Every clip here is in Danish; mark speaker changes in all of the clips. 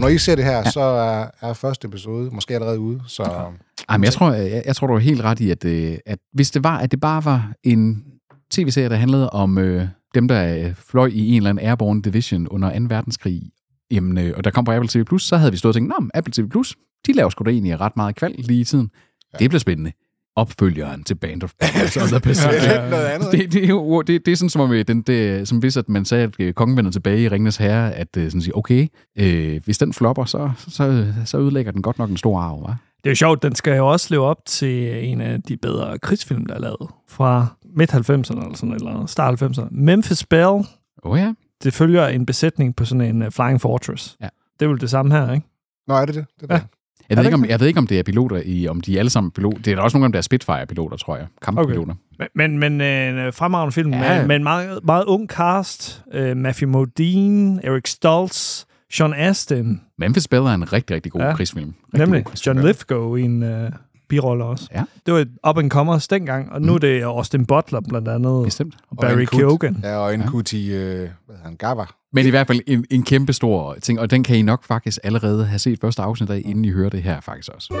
Speaker 1: når I ser det her, så er første episode måske allerede ude. Så...
Speaker 2: Jamen, jeg tror, du er helt ret i, at hvis det var, at det bare var en tv-serie, der handlede om dem, der fløj i en eller anden airborne division under 2. verdenskrig, jamen, og der kom på Apple TV+, så havde vi stået og tænkt, Apple TV+, de laver sgu da egentlig ret meget kvalt lige i tiden. Ja. Det bliver spændende. Opfølgeren til Band of Brothers og The Pacific. Det er sådan som om som hvis at man sagde, at kongen vender tilbage i Ringenes Herre, at sådan sige, okay, hvis den flopper, så ødelægger den godt nok en stor arv, hva'?
Speaker 3: Det er jo sjovt, den skal jo også leve op til en af de bedre krigsfilm, der er lavet fra midt-90'erne eller sådan eller start-90'erne. Memphis Belle.
Speaker 2: Ja.
Speaker 3: Det følger en besætning på sådan en Flying Fortress. Ja. Det er vel det samme her, ikke?
Speaker 1: Nå, er det det? Det er det.
Speaker 2: Jeg ved ikke, om det er piloter, om de er alle sammen piloter. Det er der også nogle af dem, der er Spitfire-piloter, tror jeg. Kamppiloter.
Speaker 3: Okay. Men en fremragende film med en meget, meget ung cast. Matthew Modine, Eric Stoltz, Sean Astin.
Speaker 2: Memphis Belle er en rigtig, rigtig god krigsfilm.
Speaker 3: Nemlig. John Lithgow i en birolle også. Ja. Det var et up-and-comers dengang, og nu er det Austin Butler blandt andet.
Speaker 2: Bestemt.
Speaker 3: Og Barry Keoghan.
Speaker 1: Ja, og en Kuti Gava.
Speaker 2: Men i hvert fald en kæmpe stor ting, og den kan I nok faktisk allerede have set første afsnit af, inden I hører det her faktisk også.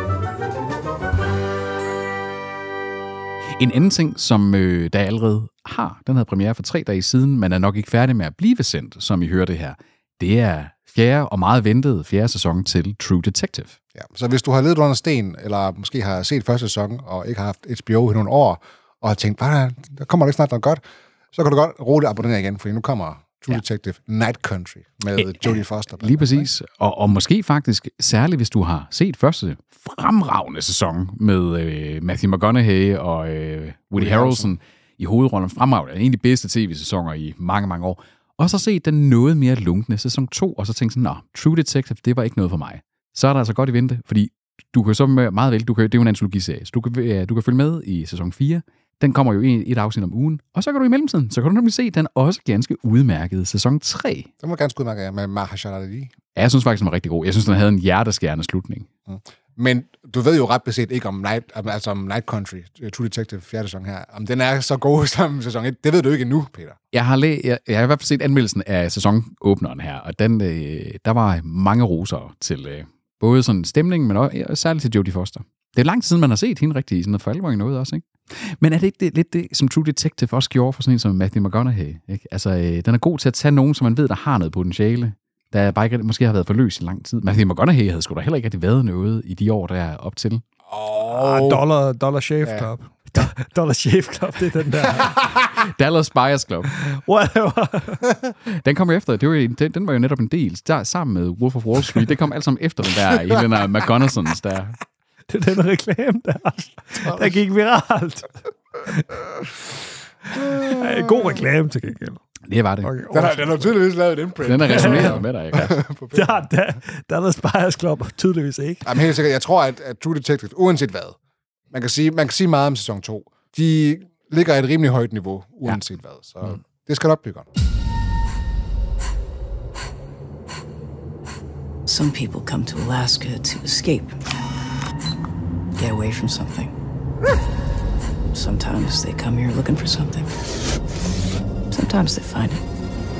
Speaker 2: En anden ting, som der allerede har, den havde premiere for 3 dage siden, men er nok ikke færdig med at blive sendt, som I hører det her, det er 4. og meget ventede 4. sæson til True Detective.
Speaker 1: Ja, så hvis du har levet under sten, eller måske har set første sæson, og ikke har haft HBO i nogle år, og har tænkt, bare der kommer ikke snart noget godt, så kan du godt roligt abonnere igen, fordi nu kommer True Detective Night Country med Jodie Foster.
Speaker 2: Lige præcis. Og måske faktisk, særligt hvis du har set første fremragende sæson med Matthew McConaughey og Woody Harrelson i hovedrollen. Fremragende. En af de bedste tv-sæsoner i mange, mange år. Og så set den noget mere lunkne sæson 2, og så tænkte sådan, True Detective, det var ikke noget for mig. Så er der altså godt i vente, fordi du kan så meget vel, det er jo en antologiserie, så du kan følge med i sæson 4. Den kommer jo i et afsnit om ugen, og så kan du i mellemtiden, så kan du nemlig se den også ganske udmærkede sæson 3.
Speaker 1: Den var ganske udmærket med Mahershala Ali.
Speaker 2: Ja, jeg synes faktisk, den var rigtig god. Jeg synes, den havde en hjerteskærende slutning.
Speaker 1: Men du ved jo ret beset ikke om Night Country, True Detective 4. sæson her. Om den er så god som sæson 1, det ved du ikke endnu, Peter.
Speaker 2: Jeg har i hvert fald set anmeldelsen af sæsonåbneren her, og der var mange roser til både sådan stemningen, men også særligt til Jodie Foster. Det er lang tid siden, man har set hende rigtig i sådan noget for alvor i noget også, ikke? Men er det ikke lidt det, som True Detective også gjorde for sådan en som Matthew McConaughey? Ikke? Altså, den er god til at tage nogen, som man ved, der har noget potentiale, der bare ikke måske har været for løs i lang tid. Matthew McConaughey havde sgu da heller ikke rigtig været noget i de år, der er op til.
Speaker 3: Dollar Shave Club. Dollar Shave Club, det er den der.
Speaker 2: Dallas Buyers Club.
Speaker 3: Whatever.
Speaker 2: Den kom efter. Den var jo netop en del sammen med Wolf of Wall Street. Det kom alt sammen efter den der Helena McGonassons der.
Speaker 3: Det er den reklame der gik viralt. God reklame til gengæld.
Speaker 2: Det var det.
Speaker 1: Okay. Den har tydeligvis lavet et imprint.
Speaker 2: Den er resoneret med dig, ikke?
Speaker 3: Der er Spires Club, tydeligvis ikke.
Speaker 1: Jamen helt sikkert. Jeg tror, at True Detective, uanset hvad, man kan sige meget om sæson 2. De ligger i et rimelig højt niveau, uanset hvad. Så det skal nok blive godt.
Speaker 4: Some people come to Alaska to escape. Get away from something. Sometimes they come here looking for something. Sometimes they find it.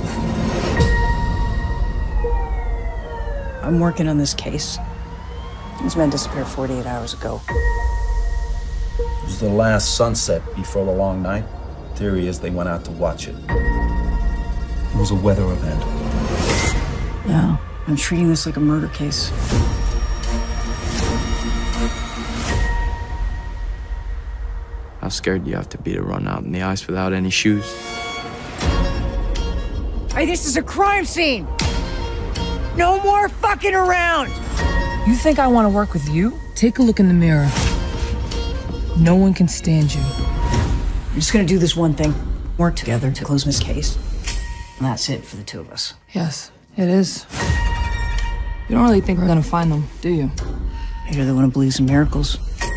Speaker 4: I'm working on this case. These men disappeared 48 hours ago.
Speaker 5: It was the last sunset before the long night. Theory is they went out to watch it. It was a weather event.
Speaker 4: Yeah, I'm treating this like a murder case.
Speaker 6: How scared do you have to be to run out in the ice without any shoes?
Speaker 7: Hey, this is a crime scene! No more fucking around!
Speaker 8: You think I want to work with you? Take a look in the mirror. No one can stand you.
Speaker 4: I'm just gonna do this one thing. Work together to close this case. And that's it for the two of us.
Speaker 8: Yes, it is. You don't really think we're gonna find them, do you?
Speaker 4: You're the one who believes in miracles.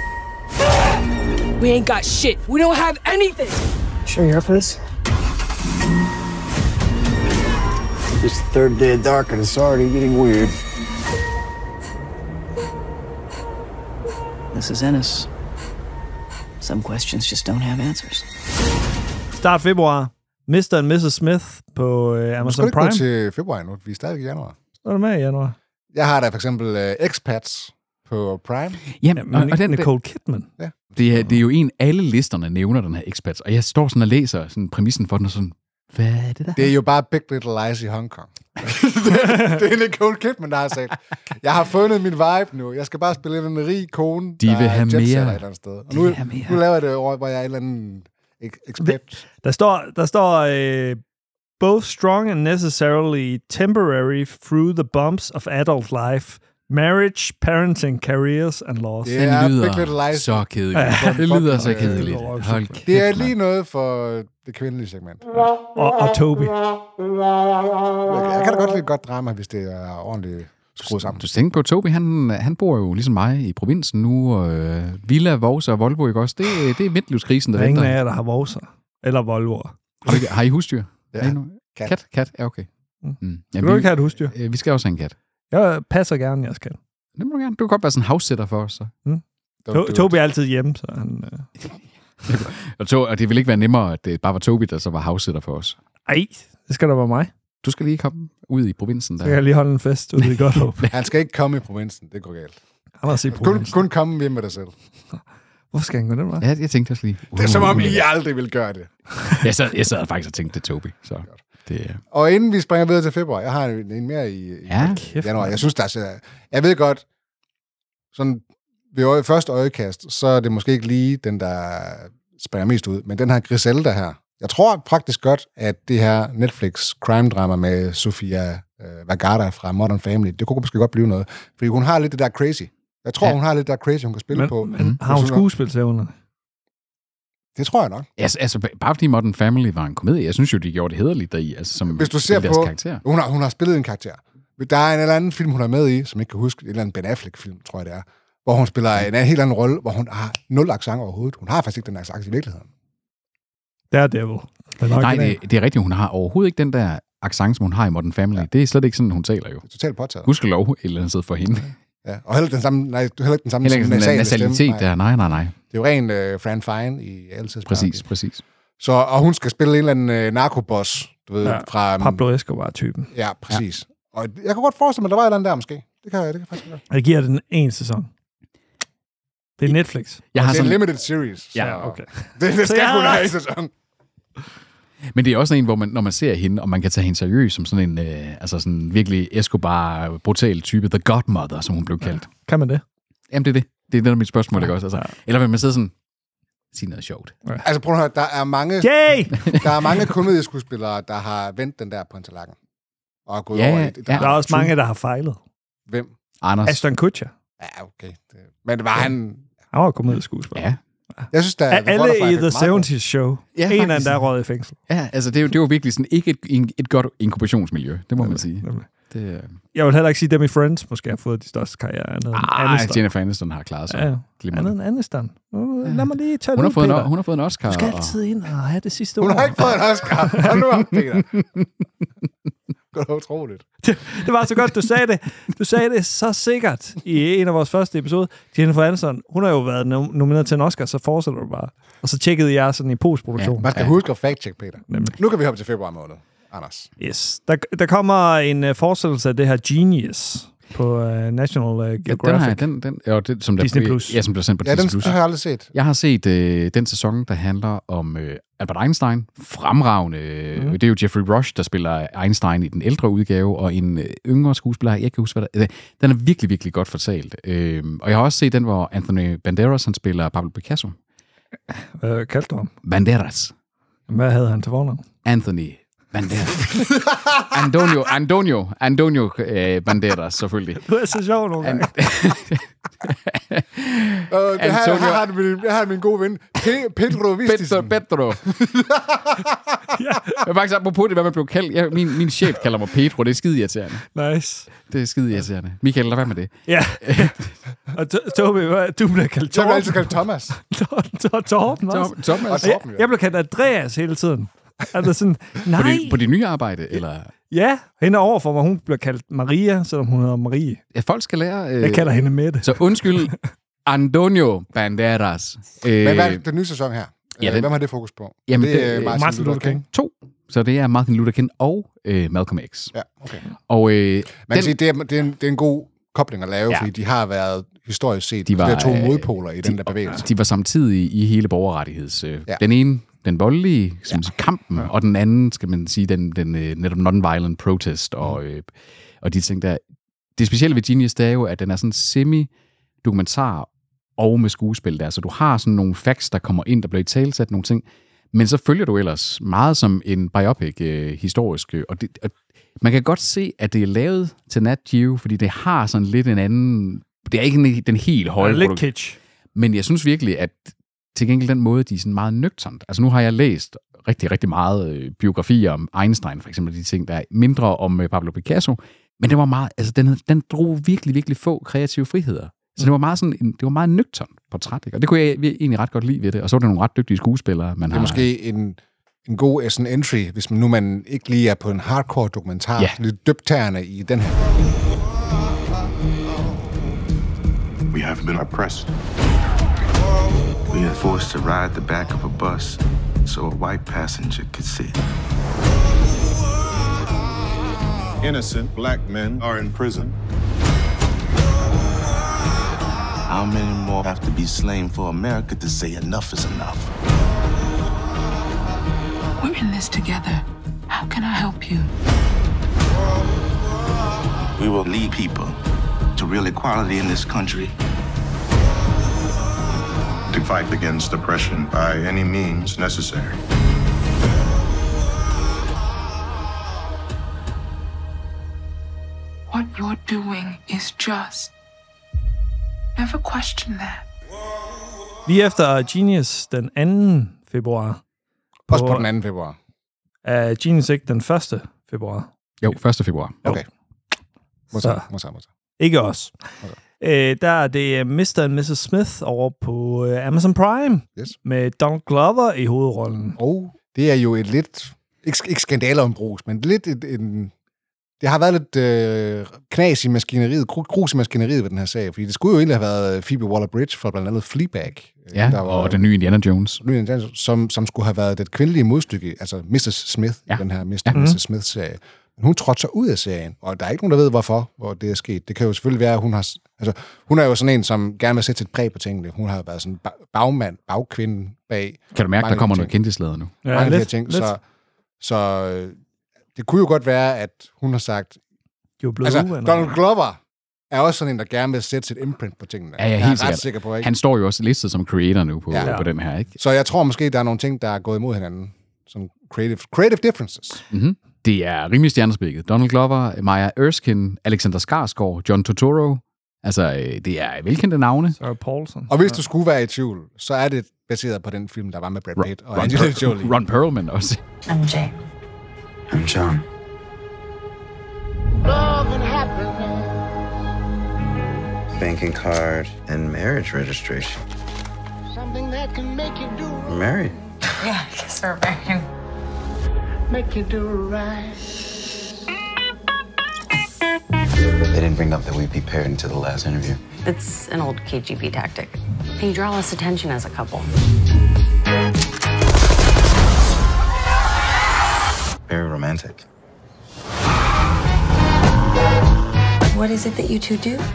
Speaker 8: We ain't got shit. We don't have anything.
Speaker 4: Sure you're up for this?
Speaker 9: It's the third day of dark and it's already getting weird.
Speaker 4: This is Ennis. Some questions just don't have answers.
Speaker 3: Start februar. Mr. and Mrs. Smith på Amazon Prime.
Speaker 1: Du skal ikke gå til februar nu. Vi er stadig i januar.
Speaker 3: Så er du med i januar.
Speaker 1: Jeg har da for eksempel Expats på Prime.
Speaker 2: Jamen, og den,
Speaker 3: Nicole Kidman.
Speaker 1: Ja.
Speaker 2: Det er jo en, alle listerne nævner den her Expats, og jeg står sådan og læser sådan præmissen for den, og sådan, hvad er det der?
Speaker 1: Det er jo bare Big Little Lies i Hongkong. det er Nicole Kidman, der har sagt, jeg har fundet min vibe nu. Jeg skal bare spille en rig kone,
Speaker 2: de
Speaker 1: der
Speaker 2: vil have
Speaker 1: er jetsetter
Speaker 2: mere.
Speaker 1: et eller andet sted. Og nu laver jeg det over, hvor jeg er et eller andet ekspert.
Speaker 3: Der står both strong and necessarily temporary through the bumps of adult life. Marriage, parenting, careers and loss.
Speaker 1: Det er
Speaker 2: lyder
Speaker 1: Big Little Lies.
Speaker 2: så kedeligt. Det lyder så kedeligt. Hold kæft,
Speaker 1: det er lige noget for det kvindelige segment.
Speaker 3: Og Toby.
Speaker 1: Jeg kan da godt lide et godt drama, hvis det er ordentligt skruet sammen.
Speaker 2: Du tænker på, Toby, han bor jo ligesom mig i provinsen nu, og Villa, Vauxer og Volvo, ikke også? Det er midtlivskrisen, der
Speaker 3: venter. Der er ingen af
Speaker 2: venter.
Speaker 3: jer, der har Vauxer. Eller Volvoer.
Speaker 2: Har I husdyr?
Speaker 1: Ja.
Speaker 2: Kat? Ja, okay.
Speaker 3: Vil du ikke have et husdyr?
Speaker 2: Vi skal også have en kat.
Speaker 3: Jeg passer gerne jeres kat.
Speaker 2: Det må du gerne. Du kan godt være sådan en house-sitter for os, så.
Speaker 3: Toby er altid hjemme, så han...
Speaker 2: Og det ville ikke være nemmere, at det bare var Toby, der så var house-sitter for os.
Speaker 3: Ej, det skal da være mig.
Speaker 2: Du skal lige komme ud i provinsen. Der.
Speaker 3: Så kan jeg lige holde en fest ude i Godthåb.
Speaker 1: Han skal ikke komme i provinsen, det går galt.
Speaker 3: Han har set provinsen.
Speaker 1: Kun komme hjem med dig selv.
Speaker 3: Hvorfor skal han gå den vej?
Speaker 2: Ja, jeg tænkte også lige.
Speaker 1: Det er som om, I aldrig vil gøre det.
Speaker 2: Jeg sad faktisk og tænkte, det er Toby. Så det,
Speaker 1: Og inden vi springer videre til februar, jeg har en mere i januar. Jeg synes, der er... Jeg ved godt, sådan ved første øjekast, så er det måske ikke lige den, der springer mest ud, men den her Griselda her. Jeg tror faktisk godt, at det her Netflix crime-drama med Sofia Vergara fra Modern Family, det kunne måske godt blive noget. Fordi hun har lidt det der crazy. Jeg tror, hun har lidt der crazy, hun kan spille på.
Speaker 3: Men har hun skuespilsevner?
Speaker 1: Det tror jeg nok.
Speaker 2: Altså, bare fordi Modern Family var en komedie, jeg synes jo, de gjorde det hæderligt deri, altså som
Speaker 1: hvis du ser
Speaker 2: deres
Speaker 1: på,
Speaker 2: karakter.
Speaker 1: Hun har spillet en karakter. Der er en eller anden film, hun er med i, som jeg ikke kan huske, en eller anden Ben Affleck-film, tror jeg det er, hvor hun spiller en helt anden rolle, hvor hun har 0 accent overhovedet. Hun har faktisk ikke den accent i virkeligheden.
Speaker 3: Daredevil.
Speaker 2: Nej, det er rigtigt, hun har overhovedet ikke den der accent, som hun har i Modern Family. Ja. Det er slet ikke sådan, hun taler jo.
Speaker 1: Det er totalt påtaget.
Speaker 2: Gudskelov et eller andet sted for hende.
Speaker 1: Ja, og heller ikke den samme
Speaker 2: nasalitet der. Nej.
Speaker 1: Det er jo ren Fran Fine i altid.
Speaker 2: Præcis.
Speaker 1: Så, og hun skal spille en eller anden narkoboss, du ved, fra...
Speaker 3: Pablo Escobar-typen.
Speaker 1: Ja, præcis. Ja. Og jeg kan godt forestille mig, at der var et eller andet der måske. Det kan faktisk godt.
Speaker 3: Jeg giver den en sæson. Det er Netflix.
Speaker 1: Det er en limited series.
Speaker 3: Ja, okay.
Speaker 1: Det skal kun have en sæson.
Speaker 2: Men det er også en, hvor man, når man ser hende, og man kan tage hende seriøst som sådan en, altså sådan virkelig Escobar, brutal type, the godmother, som hun blev kaldt.
Speaker 3: Ja. Kan man det?
Speaker 2: Jamen, det er det. Det er det, der er mit spørgsmål, ikke også? Altså, eller vil man sidde sådan, sige noget sjovt?
Speaker 1: Ja. Altså, prøv at høre, der er mange komedieskuespillere, der har vendt den der på en tallerken. Og gået over i det.
Speaker 3: Der er også mange, der har fejlet.
Speaker 1: Hvem?
Speaker 2: Anders.
Speaker 3: Ashton Kutcher.
Speaker 1: Ja, okay. Men det var han...
Speaker 3: Han var komedieskuespiller.
Speaker 2: Ja.
Speaker 1: Jeg synes, der
Speaker 3: er alle i The 70's Show.
Speaker 2: Ja,
Speaker 3: en af dem, der er røget i fængsel.
Speaker 2: Ja, altså det var virkelig sådan ikke et godt inkubationsmiljø, det må man sige. Det,
Speaker 3: jeg vil heller ikke sige, dem i Friends måske har fået de største karriere.
Speaker 2: Jennifer Aniston har klaret sig.
Speaker 3: Ja, Aniston. Lad mig lige tage
Speaker 2: hun har fået en Oscar.
Speaker 3: Du skal altid ind og have det sidste
Speaker 1: ord.
Speaker 3: Hun
Speaker 1: har ikke fået en Oscar. Hold nu op, Peter. Det var utroligt.
Speaker 3: Det var så godt, du sagde det. Du sagde det så sikkert i en af vores første episode. Jennifer Aniston, hun har jo været nomineret til en Oscar, så fortsætter du bare. Og så tjekkede jeg sådan i postproduktion.
Speaker 1: Ja, man skal huske at fact-check, Peter. Nemlig. Nu kan vi hoppe til februar måned, Anders.
Speaker 3: Yes. Der kommer en fortsættelse af det her Genius på National Geographic.
Speaker 2: Den som
Speaker 3: Disney Plus.
Speaker 2: Ja, som bliver sendt på Disney Plus.
Speaker 1: Den har jeg aldrig set.
Speaker 2: Jeg har set den sæson, der handler om Albert Einstein. Fremragende. Det er jo Jeffrey Rush, der spiller Einstein i den ældre udgave, og en yngre skuespiller, jeg kan huske, hvad den er virkelig, virkelig godt fortalt. Og jeg har også set den, hvor Anthony Banderas, han spiller Pablo Picasso.
Speaker 3: Hvad kaldte du ham?
Speaker 2: Banderas.
Speaker 3: Hvad havde han til fornavn?
Speaker 2: Anthony Banderas. Antonio Banderas, selvfølgelig.
Speaker 3: Du er så sjov nogle gange.
Speaker 1: Jeg har min gode ven, Pedro Vistisen.
Speaker 2: Pedro. Jeg faktisk apropos det, hvad man blev kaldt. Min chef kalder mig Pedro, det er skide irriterende.
Speaker 3: Nice.
Speaker 2: Det er skide irriterende. Michael, lad være med det.
Speaker 3: Ja. Og Toby, du bliver kaldt Torben.
Speaker 1: Jeg bliver altid kaldt Thomas.
Speaker 3: Torben også. Jeg blev kaldt Andreas hele tiden. Altså sådan, nej.
Speaker 2: På dit nye arbejde, eller?
Speaker 3: Ja, hende overfor mig, hun bliver kaldt Maria, selvom hun hedder Marie.
Speaker 2: Ja, folk skal lære...
Speaker 3: Jeg kalder hende Mette.
Speaker 2: Så undskyld, Antonio Banderas.
Speaker 1: Men hvad er den nye sæson her? Ja, hvem har det fokus på?
Speaker 2: Jamen,
Speaker 1: det er
Speaker 3: Martin Luther King.
Speaker 2: 2. Så det er Martin Luther King og Malcolm X.
Speaker 1: Ja, okay.
Speaker 2: Og,
Speaker 1: man kan sige, det er en god kobling at lave, fordi de har været historisk set de var, to modpoler i den der bevægelse.
Speaker 2: De var samtidig i hele borgerrettigheds. Den ene, den voldelige kampen, og den anden, skal man sige, den netop non-violent protest, og de ting der. Det specielle ved Genius, det er jo, at den er sådan semi-dokumentar og med skuespil der. Så du har sådan nogle facts, der kommer ind, der bliver italesat nogle ting, men så følger du ellers meget som en biopic historisk. Og man kan godt se, at det er lavet til Nat Geo, fordi det har sådan lidt en anden... Det er ikke den helt høje
Speaker 3: lidt kitsch.
Speaker 2: Men jeg synes virkelig, at til gengæld den måde, de er sådan meget nøgternt. Altså nu har jeg læst rigtig, rigtig meget biografier om Einstein, for eksempel de ting, der er mindre om Pablo Picasso, men det var meget, altså den drog virkelig, virkelig få kreative friheder. Så det var meget sådan, det var meget nøgternt portræt, ikke? Og det kunne jeg egentlig ret godt lide ved det. Og så var det nogle ret dygtige skuespillere, man har.
Speaker 1: Det er måske en god sådan entry, hvis man ikke lige er på en hardcore dokumentar, lidt dybtagende i den her.
Speaker 9: We have been oppressed. We are forced to ride the back of a bus so a white passenger could sit. Innocent black men are in prison. How many more have to be slain for America to say enough is enough?
Speaker 8: We're in this together. How can I help you?
Speaker 9: We will lead people to real equality in this country. To fight against oppression by any means necessary.
Speaker 8: What you're doing is just. Never question that.
Speaker 3: Lige efter Genius den 2. februar.
Speaker 1: Også på den 2. februar.
Speaker 3: Er Genius ikke den 1. februar?
Speaker 2: Jo, 1. februar.
Speaker 1: Okay.
Speaker 3: Så. Ikke os. Okay. Der er det Mr. and Mrs. Smith over på Amazon Prime.
Speaker 1: Yes.
Speaker 3: Med Donald Glover i hovedrollen.
Speaker 1: Og det er jo et lidt, ikke skandaler om brus, men lidt det har været lidt knas i maskineriet, grus i maskineriet ved den her sag, fordi det skulle jo egentlig have været Phoebe Waller-Bridge fra blandt andet Fleabag.
Speaker 2: Ja, der var, og den nye Indiana Jones.
Speaker 1: Som skulle have været det kvindelige modstykke, altså Mrs. Smith, den her Mr. og Mrs. Smith-serie. Men hun trådte sig ud af serien, og der er ikke nogen, der ved, hvor det er sket. Det kan jo selvfølgelig være, at hun er jo sådan en, som gerne vil sætte sit præg på tingene. Hun har været sådan bagkvinde bag.
Speaker 2: Kan du mærke, der kommer noget kendtislader nu?
Speaker 1: Ja, mange lidt, ting. Så det kunne jo godt være, at hun har sagt... Donald Glover er også sådan en, der gerne vil sætte sit imprint på tingene.
Speaker 2: Ja, jeg er helt ret sikker på, ikke? Han står jo også listet som creator nu på den her, ikke?
Speaker 1: Så jeg tror måske, der er nogle ting, der er gået imod hinanden. Som creative differences.
Speaker 2: Mm-hmm. Det er rimelig stjernespækket. Donald Glover, Maya Erskine, Alexander Skarsgård, John Turturro. Altså, det er velkendte navne.
Speaker 3: Sarah Paulson.
Speaker 1: Og hvis du skulle være i tvivl, så er det baseret på den film, der var med Brad Pitt og Angelina Jolie.
Speaker 2: Ron Perlman også.
Speaker 10: I'm Jane.
Speaker 9: I'm John.
Speaker 7: Love and happiness.
Speaker 9: Banking card and marriage registration.
Speaker 7: Something that can make you do.
Speaker 9: We're married.
Speaker 10: Yeah, I guess we're married.
Speaker 7: Make you do right.
Speaker 9: They didn't bring up that we'd be paired until the last interview.
Speaker 10: It's an old KGB tactic. You draw less attention as a couple.
Speaker 9: Very romantic.
Speaker 10: What is it that you two do?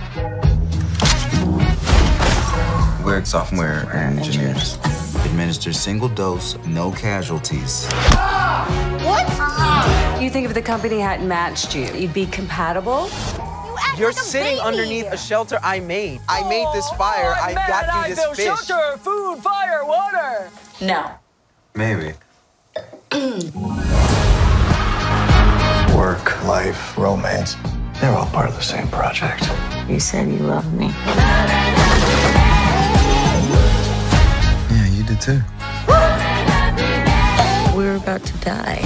Speaker 9: We're software engineers. Administer single dose, no casualties.
Speaker 10: What? You think if the company hadn't matched you, you'd be compatible?
Speaker 11: You're sitting underneath a shelter I made. I made this fire. I got you this fish.
Speaker 7: Shelter, food, fire, water.
Speaker 10: No.
Speaker 9: Maybe. Work, life, romance. They're all part of the same project.
Speaker 10: You said you loved me.
Speaker 9: Yeah, you did too.
Speaker 10: We're about to die.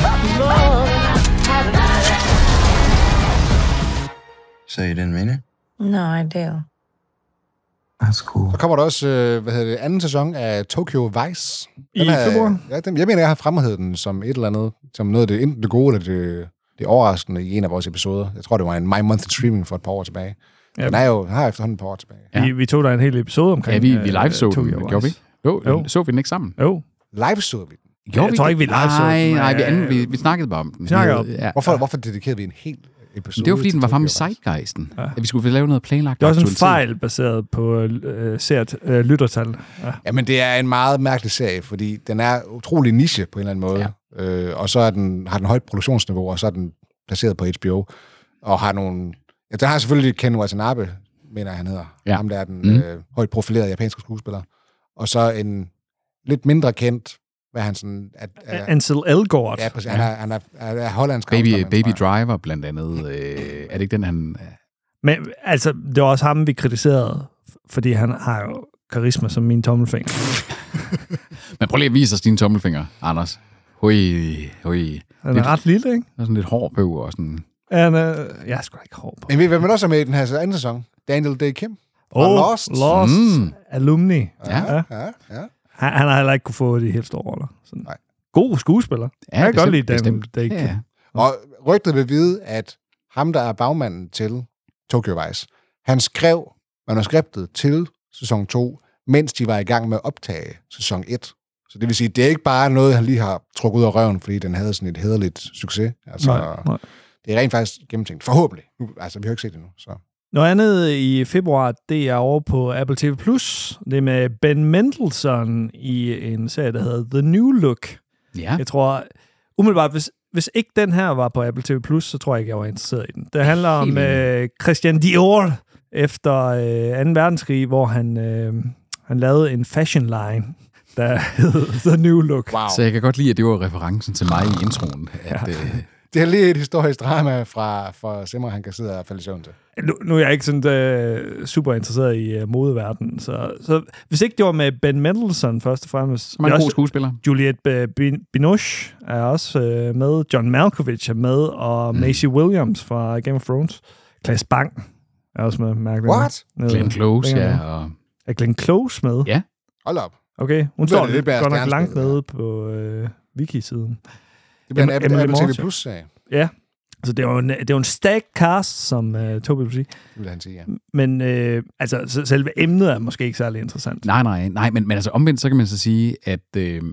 Speaker 9: So you didn't mean it?
Speaker 10: No, I do.
Speaker 9: That's cool.
Speaker 1: Så kommer der også, anden sæson af Tokyo Vice.
Speaker 3: I februar?
Speaker 1: Ja, jeg mener, jeg har fremhævet den som et eller andet, som noget af det, enten det gode eller det overraskende i en af vores episoder. Jeg tror, det var en My Monthly Streaming for et par år tilbage. Ja. Den er jo har efterhånden et par år tilbage.
Speaker 3: Ja. Vi tog der en hel episode omkring.
Speaker 2: Ja, vi live så den, gjorde vi? Jo, så vi den ikke sammen?
Speaker 3: Jo.
Speaker 1: Live så vi den.
Speaker 3: Jeg tror ikke, vi
Speaker 2: Nej, vi snakkede bare om den.
Speaker 1: Hvorfor dedikerede vi en hel episode?
Speaker 2: Det var, fordi den var fremme i zeitgeisten. Ja. At vi skulle lave noget planlagt.
Speaker 3: Det var også en fejl baseret på lyttertal.
Speaker 1: Ja, men det er en meget mærkelig serie, fordi den er utrolig niche på en eller anden måde. Ja. Og så har den højt produktionsniveau, og så er den placeret på HBO. Og har nogle... Ja, der har selvfølgelig Ken Watanabe, mener han hedder. Ja. Ham der er den højt profilerede japanske skuespiller. Og så en lidt mindre kendt, hvad han sådan...
Speaker 3: Ansel Elgort.
Speaker 1: Ja, præcis. Han er hollandsk.
Speaker 2: Baby Driver, blandt andet. Er det ikke den, han...
Speaker 3: Men altså, det var også ham, vi kritiserede, fordi han har jo karisma som min tommelfinger.
Speaker 2: Men prøv lige at vise os dine tommelfinger, Anders. Hui.
Speaker 3: Han er ret lille, ikke?
Speaker 2: Der er sådan lidt hår på og sådan...
Speaker 3: Jeg er sgu da ikke hår på.
Speaker 1: Men ved I, hvem er også med i den her anden sæson? Daniel Day Kim.
Speaker 3: Lost. Alumni.
Speaker 1: Ja.
Speaker 3: Han har heller ikke kunne få de helt store roller. Nej. God skuespiller. Ja, jeg kan godt lide Daniel Day Kim. Ja.
Speaker 1: Og rygtet vil vide, at ham, der er bagmanden til Tokyo Vice, han skrev manuskriptet til sæson 2, mens de var i gang med at optage sæson 1. Så det vil sige, det er ikke bare noget, han lige har trukket ud af røven, fordi den havde sådan et hæderligt succes. Altså, nej. Det er rent faktisk gennemtænkt. Forhåbentlig. Altså, vi har ikke set det endnu. Så.
Speaker 3: Noget andet i februar, det er over på Apple TV+. Det er med Ben Mendelsohn i en serie, der hedder The New Look.
Speaker 2: Ja.
Speaker 3: Jeg tror, umiddelbart, hvis ikke den her var på Apple TV+, så tror jeg ikke, jeg var interesseret i den. Det handler om Christian Dior efter 2. verdenskrig, hvor han lavede en fashion line, der hed The New Look.
Speaker 2: Wow. Så jeg kan godt lide, at det var referencen til mig i introen.
Speaker 1: Det er lige et historisk drama for Simmer, han kan sidde og falde i søvn til.
Speaker 3: Nu er jeg ikke sådan super interesseret i modeverdenen, så hvis ikke det var med Ben Mendelsohn først og fremmest.
Speaker 2: Som er en god skuespiller.
Speaker 3: Juliette Binoche er også med, John Malkovich er med, og Maisie Williams fra Game of Thrones. Klaas Bang er også med.
Speaker 1: What?
Speaker 2: Glenn Close, ja. Og...
Speaker 3: Er Glenn Close med?
Speaker 2: Ja.
Speaker 1: Hold op.
Speaker 3: Okay, hun står godt nok langt nede på Wiki-siden.
Speaker 1: Det bliver en Apple TV Plus-sag.
Speaker 3: Ja, så det er jo en stacked cast, som Toby vil sige.
Speaker 1: Det vil han sige, ja.
Speaker 3: Men altså, selve emnet er måske ikke særlig interessant.
Speaker 2: Nej, men altså omvendt, så kan man så sige, at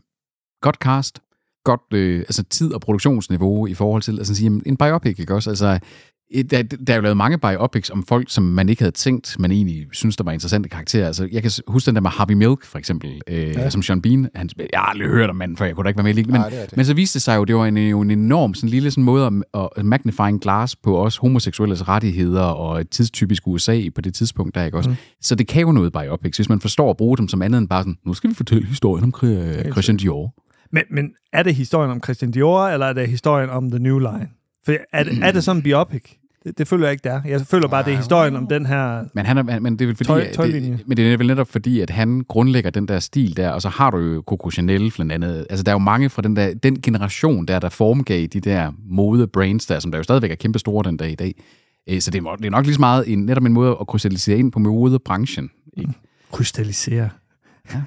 Speaker 2: godt cast, godt altså tid- og produktionsniveau i forhold til, altså sige, en biopic, ikke også? Altså, der er jo lavet mange biopics om folk, som man ikke havde tænkt, man egentlig synes, der var interessante karakterer. Altså, jeg kan huske den der med Harvey Milk, for eksempel, som Sean Bean. Jeg har aldrig hørt om manden, for jeg kunne da ikke være med i det. Men så viste det sig jo, det var en enorm sådan lille sådan måde at magnifying glass på os homoseksuelles rettigheder og et tidstypisk USA på det tidspunkt, der ikke også. Så det kan jo noget biopics, hvis man forstår at bruge dem som andet end bare sådan, nu skal vi fortælle historien om Christian Dior.
Speaker 3: Men er det historien om Christian Dior, eller er det historien om The New Line? For er det sådan en biopic? Det føler jeg ikke, det er. Jeg føler bare, det er historien om den her
Speaker 2: men det er vel fordi, men det er vel netop fordi, at han grundlægger den der stil der, og så har du jo Coco Chanel blandt andet. Altså, der er jo mange fra den generation der formgav de der mode-brands der, som der jo stadigvæk er kæmpe store den dag i dag. Så det er nok lige så meget netop en måde at krystallisere ind på modebranchen.
Speaker 3: Krystallisere.
Speaker 2: Ja.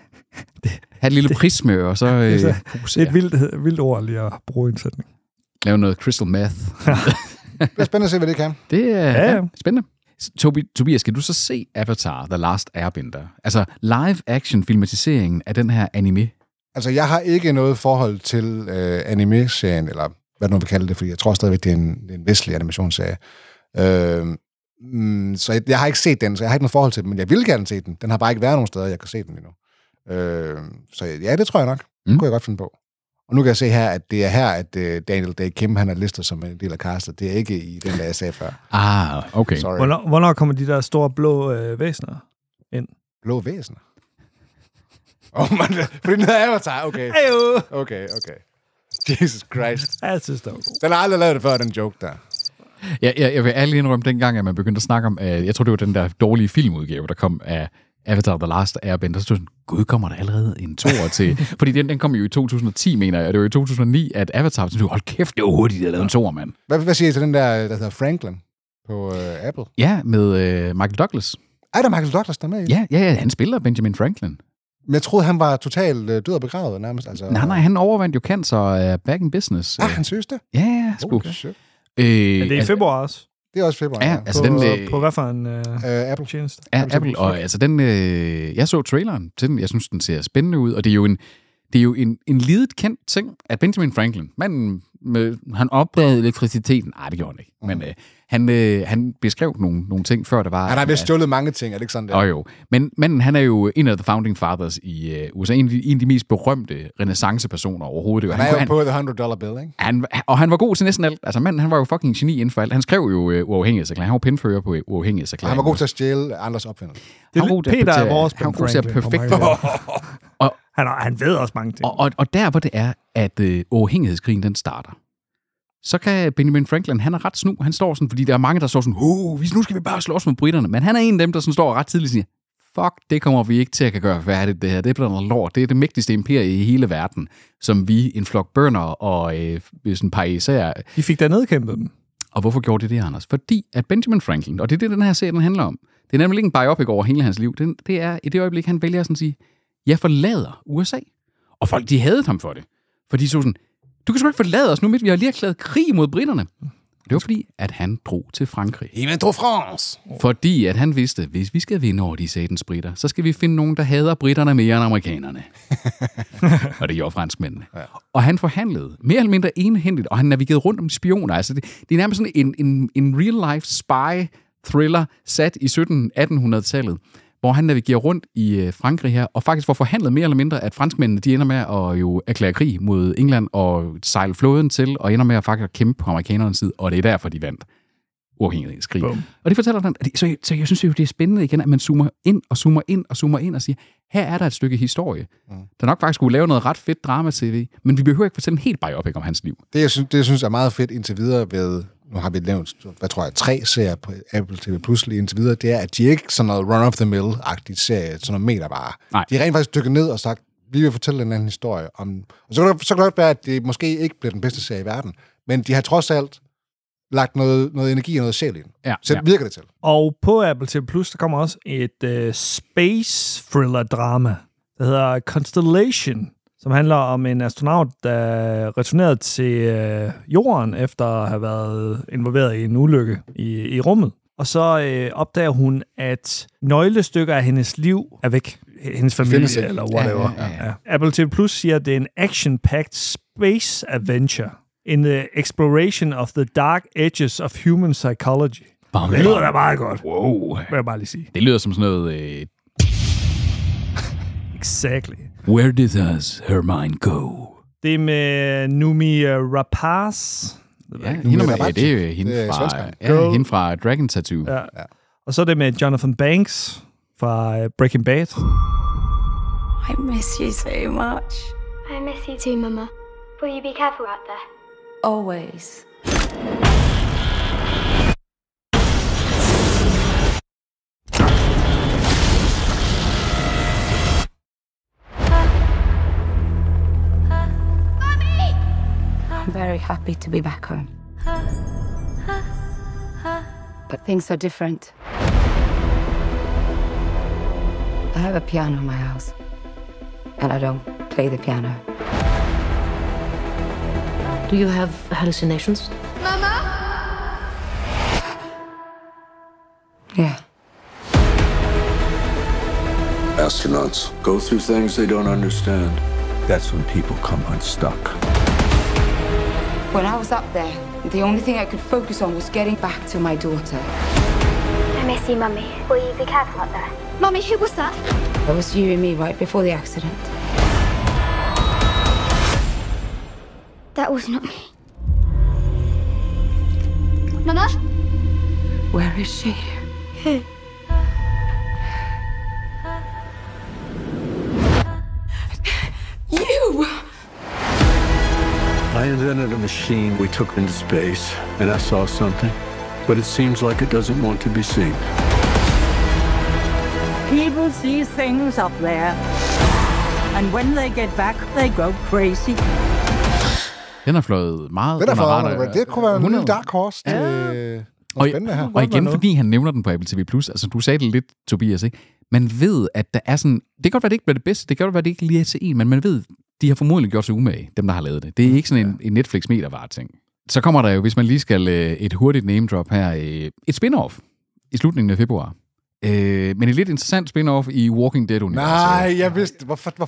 Speaker 2: Ha' et lille prisme, og så
Speaker 3: det er et vildt ord lige at bruge en sætning.
Speaker 2: Lave noget crystal meth.
Speaker 1: Det er spændende at se, hvad det kan.
Speaker 2: Det er spændende. Tobias, skal du så se Avatar The Last Airbender? Altså live-action-filmatiseringen af den her anime? Altså,
Speaker 1: jeg har ikke noget forhold til anime-serien, eller hvad du nu vil kalde det, fordi jeg tror stadigvæk, det er en vestlig animationsserie. Så jeg har ikke set den, så jeg har ikke noget forhold til den, men jeg vil gerne se den. Den har bare ikke været nogen steder, jeg kan se den endnu. Så ja, det tror jeg nok. Det kunne jeg godt finde på. Og nu kan jeg se her, at det er her, at Daniel Day Kim, han er listet som en del af castet. Det er ikke i den, der jeg sagde før.
Speaker 2: Okay.
Speaker 3: Hvornår kommer de der store blå væsener ind?
Speaker 1: Blå væsener? Fordi den hedder Avatar, okay. Okay. Jesus Christ.
Speaker 3: Jeg synes, det var god.
Speaker 1: Den har aldrig lavet det før, den joke der.
Speaker 2: Jeg vil ærlig indrømme, dengang, at man begyndte at snakke om, jeg tror, det var den der dårlige filmudgave, der kom af Avatar The Last Airbender, så sådan, gud, kommer der allerede en toer til? Fordi den kom jo i 2010, mener jeg, og det var i 2009, at Avatar, så hold kæft, det var hurtigt, de havde lavet en toer, mand.
Speaker 1: Hvad siger I til den der hedder Franklin på Apple?
Speaker 2: Ja, med Michael Douglas.
Speaker 1: Er der Michael Douglas, der er med i?
Speaker 2: Ja, han spiller Benjamin Franklin.
Speaker 1: Men jeg troede, han var totalt død og begravet nærmest. Altså,
Speaker 2: nej, han overvandt jo cancer back in business.
Speaker 1: Han synes det?
Speaker 2: Ja, sgu.
Speaker 1: Okay, shit.
Speaker 3: Det er i februar også.
Speaker 1: Det er også februar.
Speaker 2: Ja, altså
Speaker 3: på hvad for en
Speaker 1: Apple
Speaker 3: tjeneste?
Speaker 2: Ja, Apple. Og altså den, jeg så traileren til den. Jeg synes, den ser spændende ud. Og det er jo det er jo en lidet kendt ting, at Benjamin Franklin, manden, han opdagede elektriciteten. Nej, det gjorde han ikke. Men han beskrev nogle ting, før der var...
Speaker 1: Han har vist stjålet mange ting, er det ikke sådan der?
Speaker 2: Jo. Men manden, han er jo en af the founding fathers i USA. En af de mest berømte renaissancepersoner overhovedet.
Speaker 1: Han er jo på the $100 bill, ikke?
Speaker 2: Han var god til næsten alt. Altså manden, han var jo fucking geni inden for alt. Han skrev jo uafhængighedserklæring. Han var penfører på uafhængighedserklæring.
Speaker 1: Han var god til at stjæle andres opfindelser.
Speaker 3: Peter er vores Ben Franklin.
Speaker 2: Perfekt.
Speaker 3: Han ved også mange ting.
Speaker 2: Og der, hvor det er, at uafhængighedskrigen, den starter, så kan Benjamin Franklin, han er ret snu. Han står sådan, fordi der er mange, der står sådan, nu skal vi bare slås med britterne. Men han er en af dem, der sådan står ret tidligt og siger, fuck, det kommer vi ikke til at kan gøre færdigt, det her. Det bliver noget lort. Det er det mægtigste imperie i hele verden, som vi, en flok bønder og sådan et par især...
Speaker 3: De fik da nedkæmpet dem.
Speaker 2: Og hvorfor gjorde det, Anders? Fordi at Benjamin Franklin, og det er det, den her serie, den handler om, det er nemlig ikke en biopic over hele hans liv. Det er i det øjeblik, han vælger sådan at sige, jeg forlader USA. Og folk, de hadede ham for det. For de så sådan, du kan sgu ikke forlade os nu midt, vi har lige erklæret krig mod britterne. Det var fordi, at han drog til Frankrig.
Speaker 1: Jamen, drog France!
Speaker 2: Fordi at han vidste, hvis vi skal vinde over de satans britter, så skal vi finde nogen, der hader britterne mere end amerikanerne. Og det gjorde franskmændene. Ja. Og han forhandlede mere eller mindre enhændigt, og han navigerede rundt om spioner. Altså, det er nærmest sådan en real-life spy-thriller sat i 1700-1800-tallet, hvor han navigerer rundt i Frankrig her, og faktisk får forhandlet mere eller mindre, at franskmændene, de ender med at jo erklære krig mod England og sejle flåden til, og ender med at faktisk kæmpe på amerikanernes side, og det er derfor, de vandt uafhængighedskrig. Og det fortæller den, så jeg synes jo, det er spændende igen, at man zoomer ind og zoomer ind og zoomer ind og siger, her er der et stykke historie, der nok faktisk skulle lave noget ret fedt drama-tv, men vi behøver ikke fortælle en helt biopic om hans liv.
Speaker 1: Det, jeg synes er meget fedt indtil videre ved, nu har vi nævnt, 3 serier på Apple TV Plus lige indtil videre, det er, at de ikke sådan noget run-of-the-mill-agtigt serie, sådan noget metervare. Nej. De er rent faktisk dykket ned og sagt, vi vil fortælle en anden historie om... Og så kan det godt være, at det måske ikke bliver den bedste serie i verden, men de har trods alt lagt noget energi og noget sjæl ind.
Speaker 2: Ja,
Speaker 1: så virker det til.
Speaker 3: Og på Apple TV Plus, der kommer også et space thriller-drama, der hedder Constellation, som handler om en astronaut, der returnerede til jorden efter at have været involveret i en ulykke i rummet. Og så opdager hun, at nøglestykker af hendes liv er væk. Hendes familie eller whatever. Ja. Apple TV Plus siger, at det er en action-packed space adventure in the exploration of the dark edges of human psychology. Det lyder da meget godt.
Speaker 2: Wow.
Speaker 3: Vil jeg bare lige sige.
Speaker 2: Det lyder som sådan noget...
Speaker 3: Exactly.
Speaker 2: Where does her mind go?
Speaker 3: Det er med Noomi Rapace.
Speaker 2: Ja, det er jo hende fra Dragon Tattoo.
Speaker 3: Ja. Og så er det med Jonathan Banks fra Breaking Bad.
Speaker 12: I miss you so much.
Speaker 13: I miss you too, Mama. Will you be careful out there?
Speaker 12: Always. I'm very happy to be back home. But things are different. I have a piano in my house, and I don't play the piano.
Speaker 14: Do you have hallucinations?
Speaker 13: Mama?
Speaker 12: Yeah.
Speaker 5: Astronauts go through things they don't understand. That's when people come unstuck.
Speaker 12: When I was up there, the only thing I could focus on was getting back to my daughter.
Speaker 13: I miss you, Mummy. Will you be careful out there? Mummy, who was that?
Speaker 12: That was you and me right before the accident.
Speaker 13: That was not me. Mama?
Speaker 12: Where is she?
Speaker 13: Who?
Speaker 12: You!
Speaker 5: I invented a machine we took into space, and I saw something, but it seems like it doesn't want to be seen.
Speaker 7: People see things up there, and when they get back, they go crazy.
Speaker 2: Den har fløjet meget.
Speaker 1: Det kunne være en lille dark horse til spændende her.
Speaker 2: Og igen, fordi han nævner den på Apple TV+, altså du sagde det lidt, Tobias, ikke? Man ved, at der er sådan... Det kan godt være, det ikke bliver det bedste, det kan godt være, det ikke lige er til en, men man ved, de har formodentlig gjort sig umage, dem der har lavet det. Det er ikke sådan en Netflix-metervare-ting. Så kommer der jo, hvis man lige skal et hurtigt name-drop her, et spin-off i slutningen af februar. Men et lidt interessant spin-off i Walking Dead-universet.
Speaker 1: Nej, jeg vidste... Hvorfor?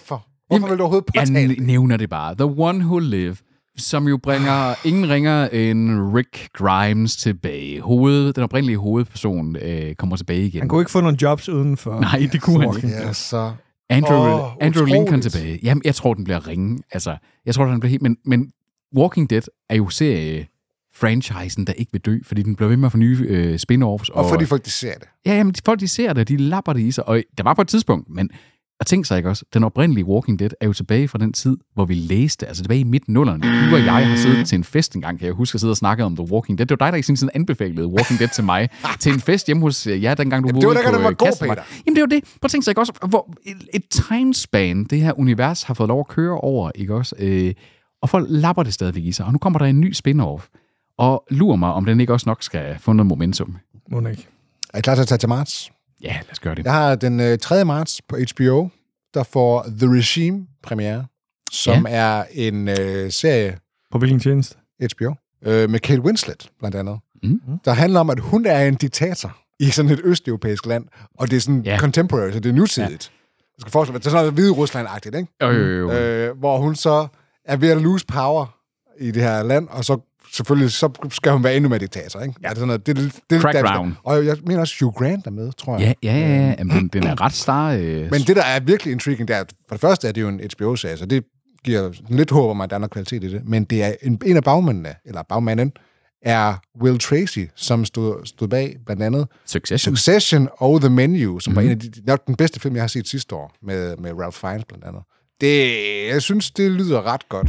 Speaker 1: Hvorfor vil du overhovedet påtale det?
Speaker 2: Jeg nævner det bare. The One Who Live, som jo bringer ingen ringer end Rick Grimes tilbage. Den oprindelige hovedperson kommer tilbage igen.
Speaker 3: Han kunne ikke få nogle jobs uden for...
Speaker 2: Nej, det kunne han ikke.
Speaker 1: Ja, så...
Speaker 2: Andrew Lincoln tilbage. Jamen, jeg tror, den bliver ringe. Altså, jeg tror, den bliver helt... Men Walking Dead er jo franchisen, der ikke vil dø, fordi den bliver ved med at få nye spin-offs.
Speaker 1: Og fordi folk, de ser det.
Speaker 2: Ja, jamen, folk, de ser det, de lapper det i sig. Og der var på et tidspunkt, men... Og tænk sig ikke også, den oprindelige Walking Dead er jo tilbage fra den tid, hvor vi læste, altså tilbage i midt-nullerne. Du og jeg har siddet til en fest engang, kan jeg huske, at sidde og snakke om The Walking Dead. Det var dig, der i sin tid anbefalede Walking Dead til mig, til en fest hjemme hos dengang du
Speaker 1: boede på Kastelmark.
Speaker 2: Jamen det var det. Prøv at tænke sig ikke også, hvor et timespan, det her univers har fået lov at køre over, ikke også? Og folk lapper det stadigvæk i sig, og nu kommer der en ny spin-off. Og lurer mig, om den ikke også nok skal få noget momentum.
Speaker 3: Må ikke.
Speaker 1: Er I klar til at tage til marts?
Speaker 2: Ja, lad os gøre det.
Speaker 1: Jeg har den 3. marts på HBO, der får The Regime premiere, som er en serie...
Speaker 3: På hvilken tjeneste?
Speaker 1: HBO. Med Kate Winslet, blandt andet. Der handler om, at hun er en diktator i sådan et østeuropæisk land, og det er sådan contemporary, så det er nutidigt. Du skal forestille dig, det er sådan noget Hvide Rusland-agtigt, ikke? Hvor hun så er ved at lose power i det her land, og så selvfølgelig så skal hun være endnu mere diktator, ikke? Ja. Altså noget, det
Speaker 2: Crackdown.
Speaker 1: Og jeg mener også, Hugh Grant er med, tror jeg.
Speaker 2: Ja. Jamen, den er ret star.
Speaker 1: Men det, der er virkelig intriguing, det er, for det første er det jo en HBO-serie, så det giver lidt håb om, at der er noget kvalitet i det. Men det er en af bagmanden, er Will Tracy, som stod bag blandt andet Succession og The Menu, som var en af den bedste film, jeg har set sidste år, med Ralph Fiennes blandt andet. Jeg synes, det lyder ret godt.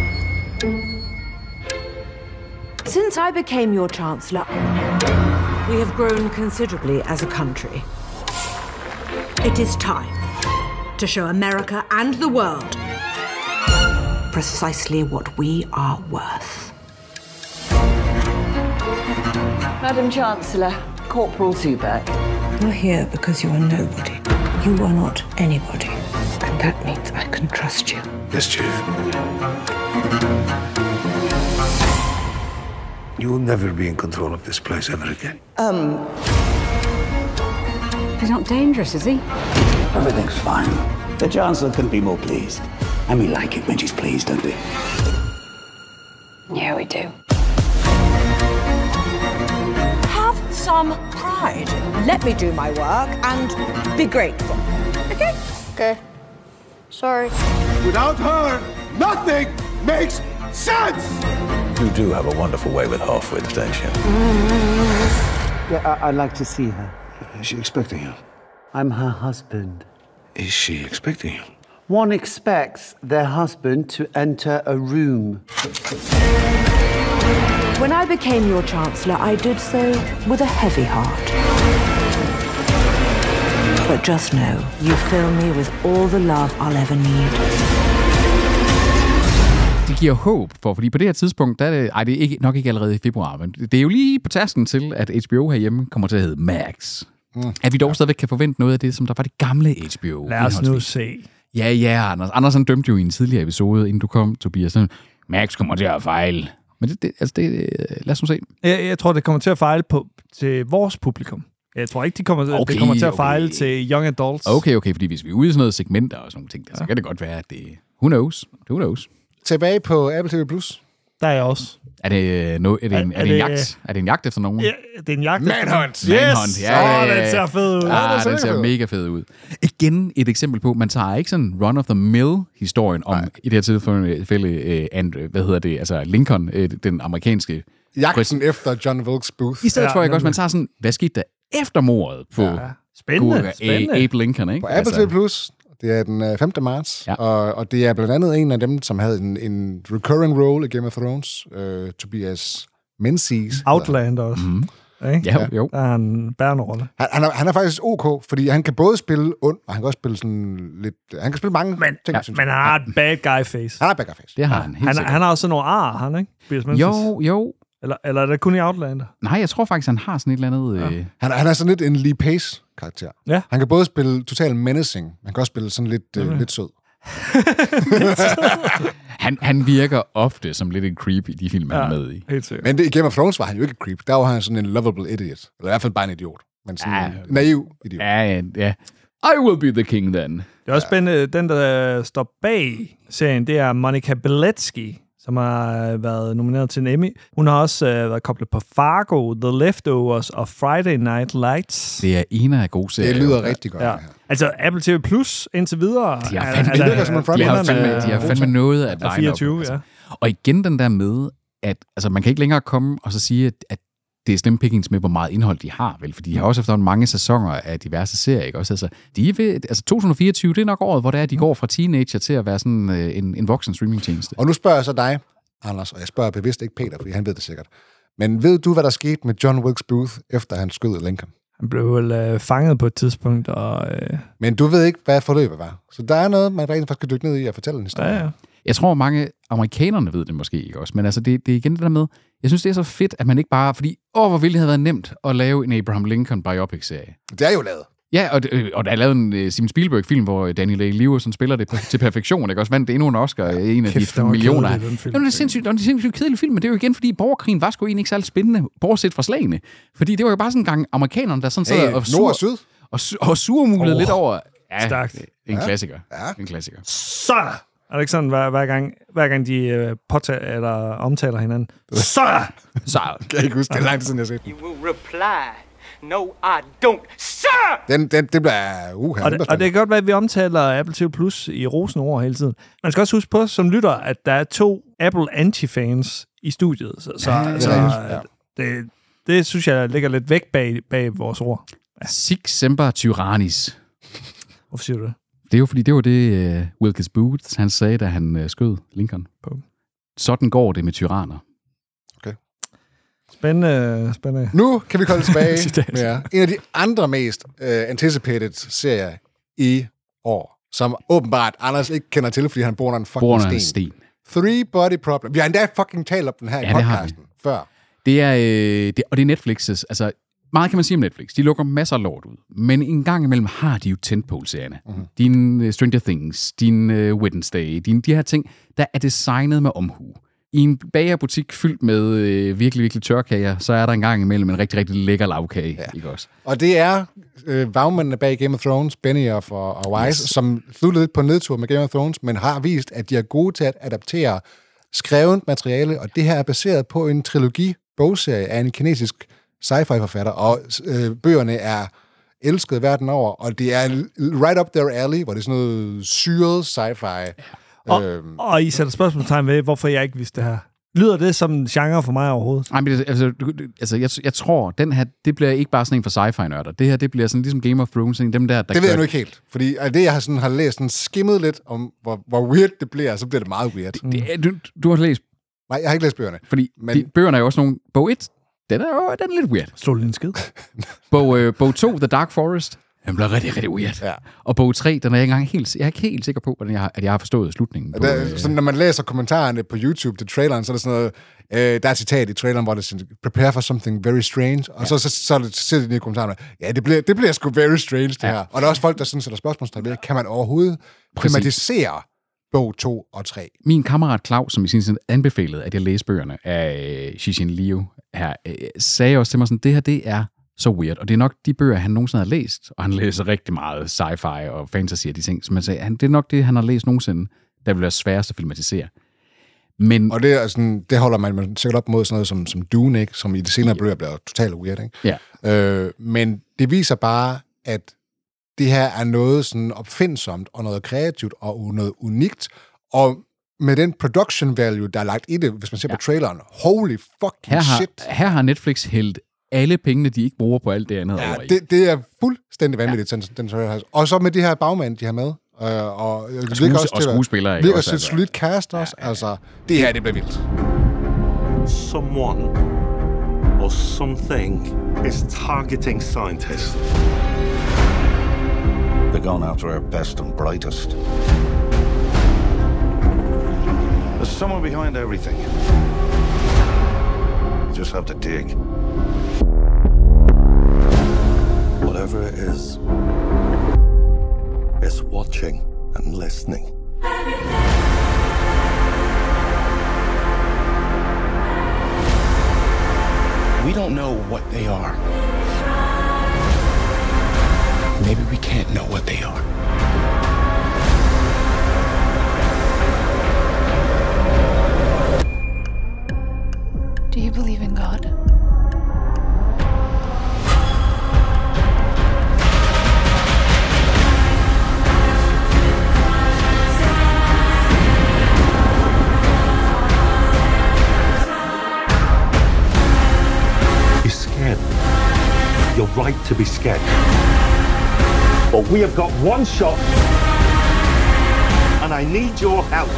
Speaker 15: Since I became your chancellor, we have grown considerably as a country. It is time to show America and the world precisely what we are worth.
Speaker 10: Madam Chancellor, Corporal Zuberg.
Speaker 4: You're here because you are nobody. You are not anybody. And that means I can trust you.
Speaker 9: Yes, Chief. You will never be in control of this place ever again.
Speaker 7: He's not dangerous, is he?
Speaker 5: Everything's fine. The Chancellor couldn't be more pleased. And we like it when she's pleased, don't we?
Speaker 15: Yeah, we do. Have some pride. Let me do my work and be grateful. Okay?
Speaker 13: Okay. Sorry.
Speaker 9: Without her, nothing makes sense!
Speaker 5: You do have a wonderful way with half-wits, don't you?
Speaker 16: Yeah, I'd like to see her.
Speaker 9: Is she expecting you?
Speaker 16: I'm her husband.
Speaker 9: Is she expecting you?
Speaker 16: One expects their husband to enter a room.
Speaker 15: When I became your chancellor, I did so with a heavy heart. But just know, you fill me with all the love I'll ever need.
Speaker 2: Det giver håb, fordi på det her tidspunkt, der er det ikke, nok ikke allerede i februar, men det er jo lige på tasken til, at HBO herhjemme kommer til at hedde Max. At vi dog stadigvæk kan forvente noget af det, som der var det gamle HBO.
Speaker 3: Lad os nu se.
Speaker 2: Ja, Anders. Andersen dømte jo i en tidligere episode, inden du kom, Tobias. Max kommer til at fejle. Men lad os nu se.
Speaker 3: Jeg tror, det kommer til at fejle til vores publikum. Jeg tror ikke, det kommer til at fejle til young adults.
Speaker 2: Okay, fordi hvis vi er ude i sådan noget segmenter og sådan nogle ting, så kan det godt være, at det... Who knows?
Speaker 1: Tilbage på Apple TV+.
Speaker 3: Der er jeg også.
Speaker 2: Er det en jagt? Er det en jagt efter nogen?
Speaker 3: Ja, det er en jagt
Speaker 1: efter
Speaker 3: Manhunt.
Speaker 2: Manhunt.
Speaker 3: Ja. Den ser fed ud.
Speaker 2: Den ser mega fed ud. Igen et eksempel på, man tager ikke sådan run-of-the-mill-historien om, i det her tilfælde, altså Lincoln, den amerikanske...
Speaker 1: Jagten efter John Wilkes Booth.
Speaker 2: I stedet for, ikke også, man tager sådan, hvad skete der efter mordet på
Speaker 3: Spændende.
Speaker 2: Abe Lincoln, ikke?
Speaker 1: På Apple TV+. Det er den 5. marts, og det er blandt andet en af dem, som havde en recurring role i Game of Thrones, Tobias Menzies.
Speaker 3: Outlander også.
Speaker 2: Ja, jo.
Speaker 3: Der er en bærende rolle.
Speaker 1: Han er faktisk OK, fordi han kan både spille ond, og han kan også spille sådan lidt... Han kan spille mange ting,
Speaker 3: men han har et bad guy face.
Speaker 1: Han har et bad guy face.
Speaker 2: Det har han helt sikkert.
Speaker 3: Han har også nogle ar, ikke?
Speaker 2: Jo.
Speaker 3: Eller er det kun i Outlander?
Speaker 2: Nej, jeg tror faktisk, han har sådan et eller andet...
Speaker 1: Han er sådan lidt en Lee Pace-karakter.
Speaker 3: Ja.
Speaker 1: Han kan både spille total menacing, han kan også spille sådan lidt sød.
Speaker 2: han virker ofte som lidt en creep i de film, han er med i.
Speaker 3: Helt sikkert.
Speaker 1: Men i Game of Thrones var han jo ikke et creep. Der var han sådan en lovable idiot. Eller i hvert fald bare en idiot. Men sådan en naiv idiot.
Speaker 2: Ja. I will be the king then.
Speaker 3: Det er også spændende. Den, der står bag serien, det er Monica Bellucci, som har været nomineret til en Emmy. Hun har også været koblet på Fargo, The Leftovers og Friday Night Lights.
Speaker 2: Det er en af gode serier.
Speaker 1: Det lyder rigtig godt.
Speaker 3: Ja. Altså Apple TV Plus indtil videre.
Speaker 2: De har fandme noget at line
Speaker 3: 24, ja.
Speaker 2: Og igen den der med, at altså, man kan ikke længere komme og så sige, at det er slim pickings med, hvor meget indhold de har, vel? Fordi de har også efterhånden mange sæsoner af diverse serier, ikke? Også, altså 2024, det er nok året, hvor det er, de går fra teenager til at være sådan en voksen streamingtjeneste.
Speaker 1: Og nu spørger jeg så dig, Anders, og jeg spørger bevidst ikke Peter, fordi han ved det sikkert. Men ved du, hvad der skete med John Wilkes Booth, efter han skød Lincoln?
Speaker 3: Han blev vel fanget på et tidspunkt, og...
Speaker 1: Men du ved ikke, hvad forløbet var. Så der er noget, man rent faktisk kan dykke ned i og fortælle en historie.
Speaker 3: Ja.
Speaker 2: Jeg tror, mange amerikanerne ved det måske ikke også, men altså det er igen det der med, jeg synes, det er så fedt, at man ikke bare, fordi, hvor ville det have været nemt at lave en Abraham Lincoln biopic-serie.
Speaker 1: Det er jo lavet.
Speaker 2: Ja, og der er lavet en Steven Spielberg-film, hvor Daniel Day-Lewis spiller det til perfektion, ikke? Også vandt endnu en Oscar, en af de millioner. Det er sindssygt kedelig film, men det er jo igen, fordi borgerkrigen var sgu egentlig ikke særlig spændende, bortset fra slagene. Fordi det var jo bare sådan en gang amerikanerne, der sådan sad og surmulede lidt over... Ja,
Speaker 3: stærkt.
Speaker 2: En klassiker. Ja. En klassiker.
Speaker 3: Så! Er det ikke sådan, hver gang de påtager eller omtaler hinanden? Så!
Speaker 1: Kan jeg ikke huske, det er langt siden, jeg har set.
Speaker 17: You will reply, no, I don't, sir!
Speaker 1: Det bliver
Speaker 3: og det kan godt være, at vi omtaler Apple TV Plus i rosende ord hele tiden. Man skal også huske på, som lytter, at der er 2 Apple anti-fans i studiet. Det synes jeg ligger lidt væk bag vores ord.
Speaker 2: Ja. Sic semper tyrannis.
Speaker 3: Hvorfor siger du det?
Speaker 2: Det er jo fordi, det var det Wilkes Booth, han sagde, da han skød Lincoln. Sådan går det med tyranner.
Speaker 1: Okay.
Speaker 3: Spændende.
Speaker 1: Nu kan vi komme tilbage med en af de andre mest anticipated serier i år, som åbenbart Anders ikke kender til, fordi han bor under en fucking sten. 3 Body Problem. Vi har endda fucking talt om den her i podcasten før.
Speaker 2: Det er Netflix's, altså meget kan man sige om Netflix. De lukker masser af lort ud. Men en gang imellem har de jo tentpole-serierne. Mm-hmm. Din Stranger Things, din Wednesday, de her ting, der er designet med omhu. I en bagerbutik fyldt med virkelig, virkelig tørkager, så er der en gang imellem en rigtig, rigtig lækker lavkage. Ja. Ikke også?
Speaker 1: Og det er bagmændene bag Game of Thrones, Benioff og Weiss, som sluttede lidt på nedtur med Game of Thrones, men har vist, at de er gode til at adaptere skrevet materiale, og det her er baseret på en trilogi-bogserie af en kinesisk sci-fi-forfatter, og bøgerne er elsket verden over, og det er right up their alley, hvor det er sådan noget syret sci-fi.
Speaker 3: Og I sætter spørgsmålstegn ved, hvorfor jeg ikke vidste det her. Lyder det som en genre for mig overhovedet?
Speaker 2: Nej, men jeg tror, den her, det bliver ikke bare sådan en for sci-fi-nørder. Det her, det bliver sådan ligesom Game of Thrones, dem der
Speaker 1: det ved jeg nu ikke helt, fordi det, jeg har læst, sådan skimmet lidt om, hvor weird det bliver, så bliver det meget weird.
Speaker 2: Du har læst?
Speaker 1: Nej, jeg har ikke læst bøgerne.
Speaker 2: Fordi bøgerne er jo også nogle... Bog 1, den er lidt weird.
Speaker 3: Stod det en skid?
Speaker 2: Bog 2, The Dark Forest, den bliver rigtig, rigtig weird. Ja. Og bog 3, den er jeg er ikke helt sikker på, at jeg har forstået slutningen.
Speaker 1: Sådan, når man læser kommentarerne på YouTube til traileren, så er det sådan noget, der er et citat i traileren, hvor det siger, prepare for something very strange, og så sidder de i kommentarerne, ja, det bliver sgu very strange, det her. Og der er også folk, der sådan sætter spørgsmålstegn ved, kan man overhovedet primatisere bog 2 og 3?
Speaker 2: Min kammerat Claus, som i sin tid anbefalede, at jeg læste bøgerne af Cixin Liu her, sagde også til mig sådan, det her, det er så weird, og det er nok de bøger, han nogensinde har læst, og han læser rigtig meget sci-fi og fantasy og de ting, som man sagde, det er nok det, han har læst nogensinde, der vil være sværest at filmatisere. Men,
Speaker 1: og det er sådan, det holder man sikkert op mod sådan noget som Dune, ikke? Som i de senere bøger bliver totalt weird, ikke?
Speaker 2: Ja.
Speaker 1: Men det viser bare, at det her er noget sådan opfindsomt, og noget kreativt, og noget unikt, og med den production value, der er lagt i det, hvis man ser på traileren, holy fucking shit.
Speaker 2: Her har Netflix hældt alle pengene, de ikke bruger på alt det andet over i.
Speaker 1: Det er fuldstændig vanvittigt, den trailer. Og så med de her bagmænd, de har med, og
Speaker 2: skuespillere.
Speaker 1: Det virker et solidt cast også. Altså, det her, det bliver vildt.
Speaker 18: Someone or something is targeting scientists.
Speaker 9: They're going after our best and brightest. There's someone behind everything. You just have to dig. Whatever it is watching and listening. We don't know what they are. Maybe we can't know what they are.
Speaker 18: to be scared. But we have got one shot, and I need your help.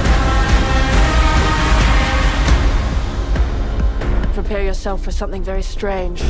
Speaker 19: Prepare yourself for something very strange.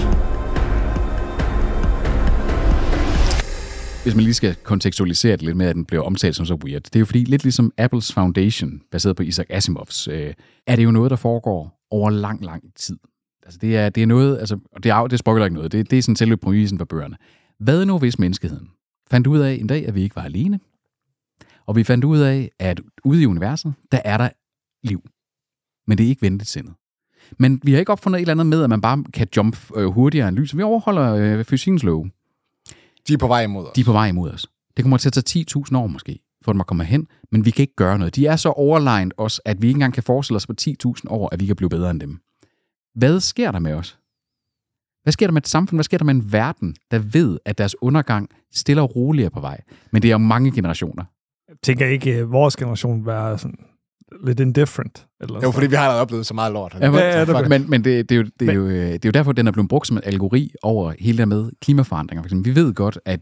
Speaker 2: Hvis man lige skal kontekstualisere det lidt med, at den bliver omtalt som så weird, det er jo fordi, lidt ligesom Apples Foundation, baseret på Isaac Asimovs, er det jo noget, der foregår over lang tid. Altså det er noget, altså, og det spoiler ikke noget, det er sådan selve præmissen for bøgerne. Hvad nu hvis menneskeheden fandt ud af en dag, at vi ikke var alene, og vi fandt ud af, at ude i universet, der er der liv. Men det er ikke ventetsindet. Men vi har ikke opfundet et eller andet med, at man bare kan jump hurtigere end lys. Vi overholder fysikkens love.
Speaker 1: De er på vej imod os.
Speaker 2: De er på vej imod os. Det kommer til at tage 10.000 år måske, for at man kommer hen, men vi kan ikke gøre noget. De er så overlegnet os, at vi ikke engang kan forestille os på 10.000 år, at vi kan blive bedre end dem. Hvad sker der med os? Hvad sker der med et samfund? Hvad sker der med en verden, der ved, at deres undergang stille og roligt er på vej? Men det er jo mange generationer.
Speaker 3: Jeg tænker ikke, vores generation være sådan lidt indifferent. Eller
Speaker 1: jo, fordi vi har oplevet så meget lort.
Speaker 2: Men det er jo derfor, den er blevet brugt som en algori over hele det med klimaforandringer. For eksempel, vi ved godt, at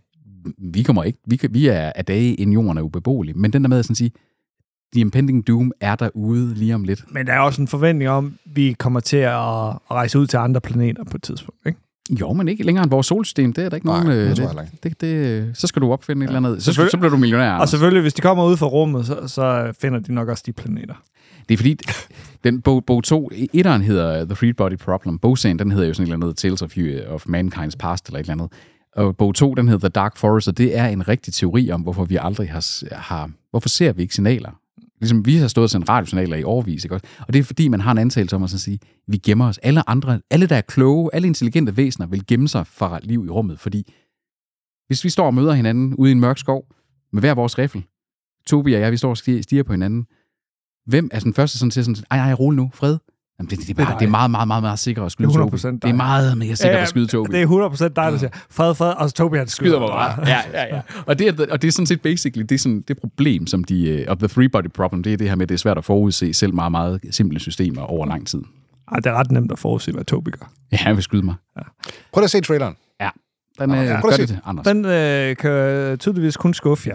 Speaker 2: vi er af dage inden jorden er ubeboelig, men den der med at sådan sige, the impending doom er derude lige om lidt.
Speaker 3: Men der er også en forventning om, at vi kommer til at rejse ud til andre planeter på et tidspunkt, ikke?
Speaker 2: Jo, men ikke længere end vores solsystem. Det er der ikke nogen... så skal du opfinde et eller andet. Så bliver du millionær.
Speaker 3: Og selvfølgelig, hvis de kommer ud fra rummet, så finder de nok også de planeter.
Speaker 2: Det er fordi, den bog 2, etteren hedder The Three Body Problem. Bogserien, den hedder jo sådan et eller andet Tales of Mankind's Past, eller et eller andet. Og bog 2, den hedder The Dark Forest, og det er en rigtig teori om, hvorfor vi aldrig har hvorfor ser vi ikke signaler? Ligesom vi har stået og sendt radiosignaler i årevis, ikke også? Og det er fordi, man har en antagelse om at sige, vi gemmer os. Alle der er kloge, alle intelligente væsener vil gemme sig fra liv i rummet, fordi hvis vi står og møder hinanden ude i en mørk skov, med hver vores riffel, Tobi og jeg, vi står og stiger på hinanden, hvem er den første sådan til sådan, ej, rolig nu, fred? Jamen, det er meget, meget, meget, meget sikkert at skyde Tobi. Det er meget mere sikkert at skyde Tobi.
Speaker 3: Det er 100% dig, der siger, fred, og så Tobi han skyder mig bare.
Speaker 2: Ja. Og det er sådan set basically, det problem, som of the three body problem, det er det her med, at det er svært at forudse selv meget, meget simple systemer over lang tid.
Speaker 3: Ej, det er ret nemt at forudse, hvad Tobi gør.
Speaker 2: Ja, han vil skyde mig.
Speaker 1: Ja. Prøv at se traileren.
Speaker 2: Ja. Den gør det til Anders.
Speaker 3: Den kan tydeligvis kun skuffe jer.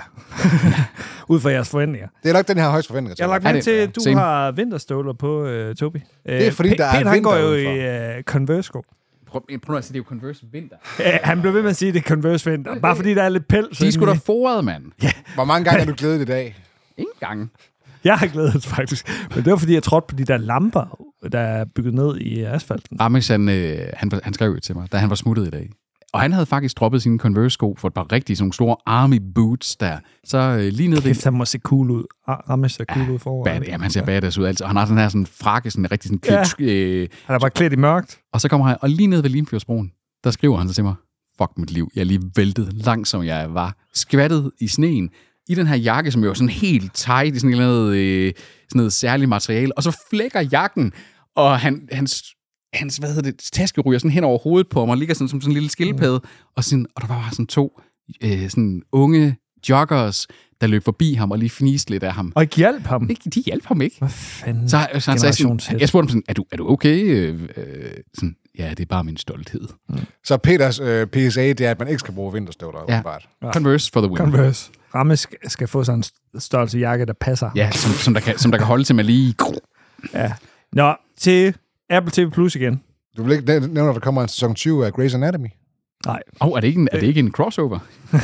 Speaker 3: Ud fra jeres forventninger.
Speaker 1: Det er nok den her højst forventninger til.
Speaker 3: Jeg har lagt mærke til, at du har vinterstøvler på, Tobi.
Speaker 1: Det er fordi, der er
Speaker 3: vinter han går jo i Converse-sko.
Speaker 2: Prøv at sige, det er jo Converse vinter.
Speaker 3: Han blev ved med at sige, at det er Converse vinter. Bare fordi der er lidt pels.
Speaker 2: De er sgu da foret, mand.
Speaker 1: Ja. Hvor mange gange har du glædet i dag?
Speaker 2: Ingen gange.
Speaker 3: Jeg har glædet faktisk. Men det var fordi, jeg trådte på de der lamper, der er bygget ned i asfalten.
Speaker 2: Ramesh, han skrev til mig, da han var smuttet i dag. Og han havde faktisk droppet sine Converse-sko for et par rigtig sådan store army boots der. Så lige ned
Speaker 3: ved... han må se cool ud. Ramesh ser cool ud foran.
Speaker 2: Jamen, han ser badass ud. Altså. Han har den her sådan frakke, sådan rigtig sådan klædt...
Speaker 3: Ja. Han er bare klædt i mørkt.
Speaker 2: Og så kommer han, og lige ned ved Limfjordsbroen, der skriver han så til mig, fuck mit liv, jeg er lige væltet langt, som jeg var. Skvattet i sneen. I den her jakke, som jo er sådan helt tight, i sådan noget særligt materiale. Og så flækker jakken, og hans taske ryger sådan hen over hovedet på mig, og ligger sådan som sådan en lille skildpadde, og der var bare sådan to sådan unge joggers, der løb forbi ham og lige fniste lidt af ham.
Speaker 3: Og ikke hjalp ham?
Speaker 2: De hjalp ham ikke.
Speaker 3: Hvad fanden?
Speaker 2: Så han sagde sådan, jeg spurgte ham sådan, er du okay? Sådan, ja, det er bare min stolthed.
Speaker 1: Så Peters PSA, det er, at man ikke skal bruge vinterstøvler.
Speaker 2: Ja. Converse for the win.
Speaker 3: Converse. Ramesh skal få sådan en størrelse jakke, der passer.
Speaker 2: Ja, som der kan holde til med lige...
Speaker 3: Ja. Nå, til Apple TV Plus igen.
Speaker 1: Du vil ikke nævne, at der kommer en sæson 20 af Grey's Anatomy?
Speaker 3: Nej.
Speaker 2: Er det ikke en crossover?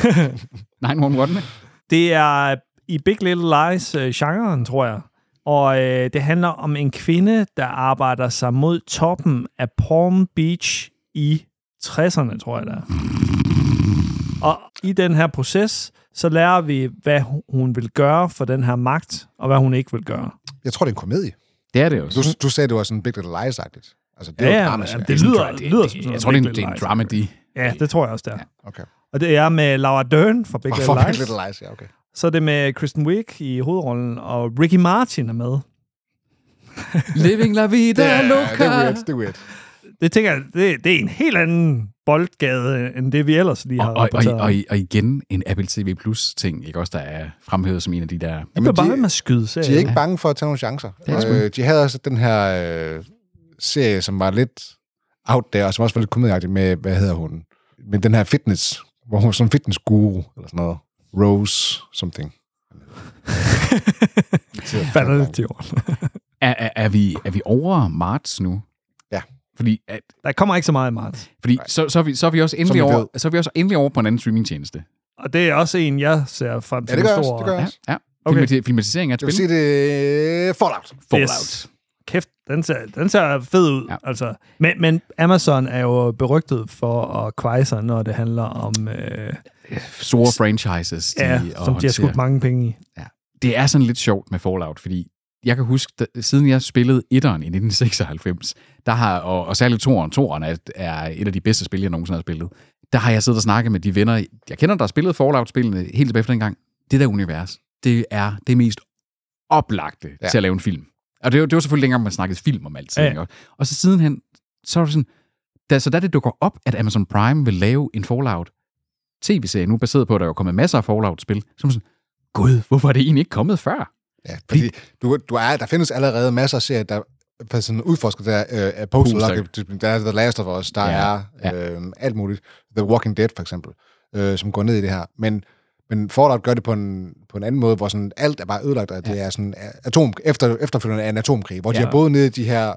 Speaker 2: 911?
Speaker 3: Det er i Big Little Lies-genren, tror jeg. Og det handler om en kvinde, der arbejder sig mod toppen af Palm Beach i 60'erne, tror jeg det er. Og i den her proces, så lærer vi, hvad hun vil gøre for den her magt, og hvad hun ikke vil gøre.
Speaker 1: Jeg tror, det er en komedie.
Speaker 2: Det er det også.
Speaker 1: Du sagde, det var sådan Big Little Lies-agtigt. Altså, det
Speaker 3: det lyder som
Speaker 2: jeg tror, det er en dramedy.
Speaker 3: Ja, det tror jeg også, det er.
Speaker 1: Okay.
Speaker 3: Og det er med Laura Dern fra Big Little Lies.
Speaker 1: Big Little Lies, ja, okay.
Speaker 3: Så er det med Kristen Wiig i hovedrollen, og Ricky Martin er med.
Speaker 2: Living la vida loca.
Speaker 1: Det er weird.
Speaker 3: Det tænker jeg, det er en helt anden boldgade, end det vi ellers lige har
Speaker 2: rapporteret. Og igen en Apple TV Plus ting, ikke også, der er fremhævet som en af de der...
Speaker 3: De er bare med at skyde.
Speaker 1: De er ikke bange for at tage nogle chancer. De havde også den her serie, som var lidt out there, og som også var lidt komedieagtig med, hvad hedder hun? med den her fitness, hvor hun er sådan en fitness-guru, eller sådan noget. Rose something.
Speaker 3: Falder det til jorden.
Speaker 2: Er vi over marts nu?
Speaker 1: Ja.
Speaker 2: Fordi
Speaker 3: der kommer ikke så meget i marts.
Speaker 2: Fordi så er vi også endelig over på en anden streamingtjeneste.
Speaker 3: Og det er også en, jeg ser frem til.
Speaker 1: Ja, det gør jeg også.
Speaker 2: Ja.
Speaker 3: Okay.
Speaker 2: Filmatisering af et spil.
Speaker 1: Jeg vil sige, det er Fallout.
Speaker 3: Yes. Kæft, den ser fed ud. Ja. Altså. Men Amazon er jo berygtet for at kveje sig, når det handler om...
Speaker 2: store franchises.
Speaker 3: Som de har skudt mange penge i.
Speaker 2: Ja. Det er sådan lidt sjovt med Fallout, fordi jeg kan huske, siden jeg spillede 1'eren i 1996, der har, og særligt 2'eren er et af de bedste spil, jeg nogensinde har spillet, der har jeg siddet og snakket med de venner, jeg kender, der har spillet Fallout-spillene helt tilbage fra dengang. Det der univers, det er det mest oplagte til at lave en film. Og det var selvfølgelig dengang, man snakkede film om alt. Ja. Og så sidenhen, så var det sådan, så da det dukker op, at Amazon Prime vil lave en Fallout tv-serie, nu baseret på, at der er kommet masser af Fallout-spil, så er sådan, gud, hvorfor er det egentlig ikke kommet før?
Speaker 1: Ja, fordi der findes allerede masser af serier, der sådan udforsker der post-apocalyptic, der er The Last of Us, der er alt muligt. The Walking Dead for eksempel, som går ned i det her. Men Fallout gør det på en anden måde, hvor sådan alt er bare ødelagt, og det er sådan efterfølgende af en atomkrig, hvor de har boet nede i de her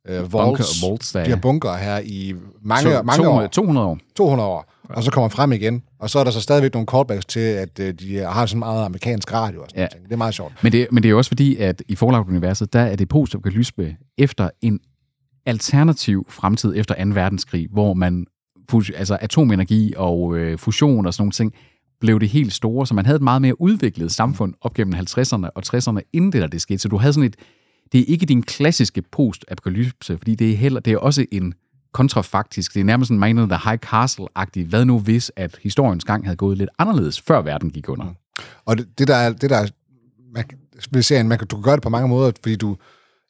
Speaker 1: vaults, de her bunker her i mange år. 200 år. Og så kommer frem igen, og så er der så stadigvæk nogle callbacks til, at de har sådan meget amerikansk radio og sådan noget. Det er meget sjovt.
Speaker 2: Men det er jo også fordi, at i Fallout-universet, der er det post-apokalypse efter en alternativ fremtid efter 2. verdenskrig, hvor man, altså atomenergi og fusion og sådan nogle ting, blev det helt store, så man havde et meget mere udviklet samfund op gennem 50'erne og 60'erne, inden det skete. Så du havde sådan det er ikke din klassiske post-apokalypse, fordi det er også en kontrafaktisk. Det er nærmest sådan Man in the High Castle-agtigt. Hvad nu hvis, at historiens gang havde gået lidt anderledes, før verden gik under?
Speaker 1: Og det der vil sige, du kan gøre det på mange måder, fordi du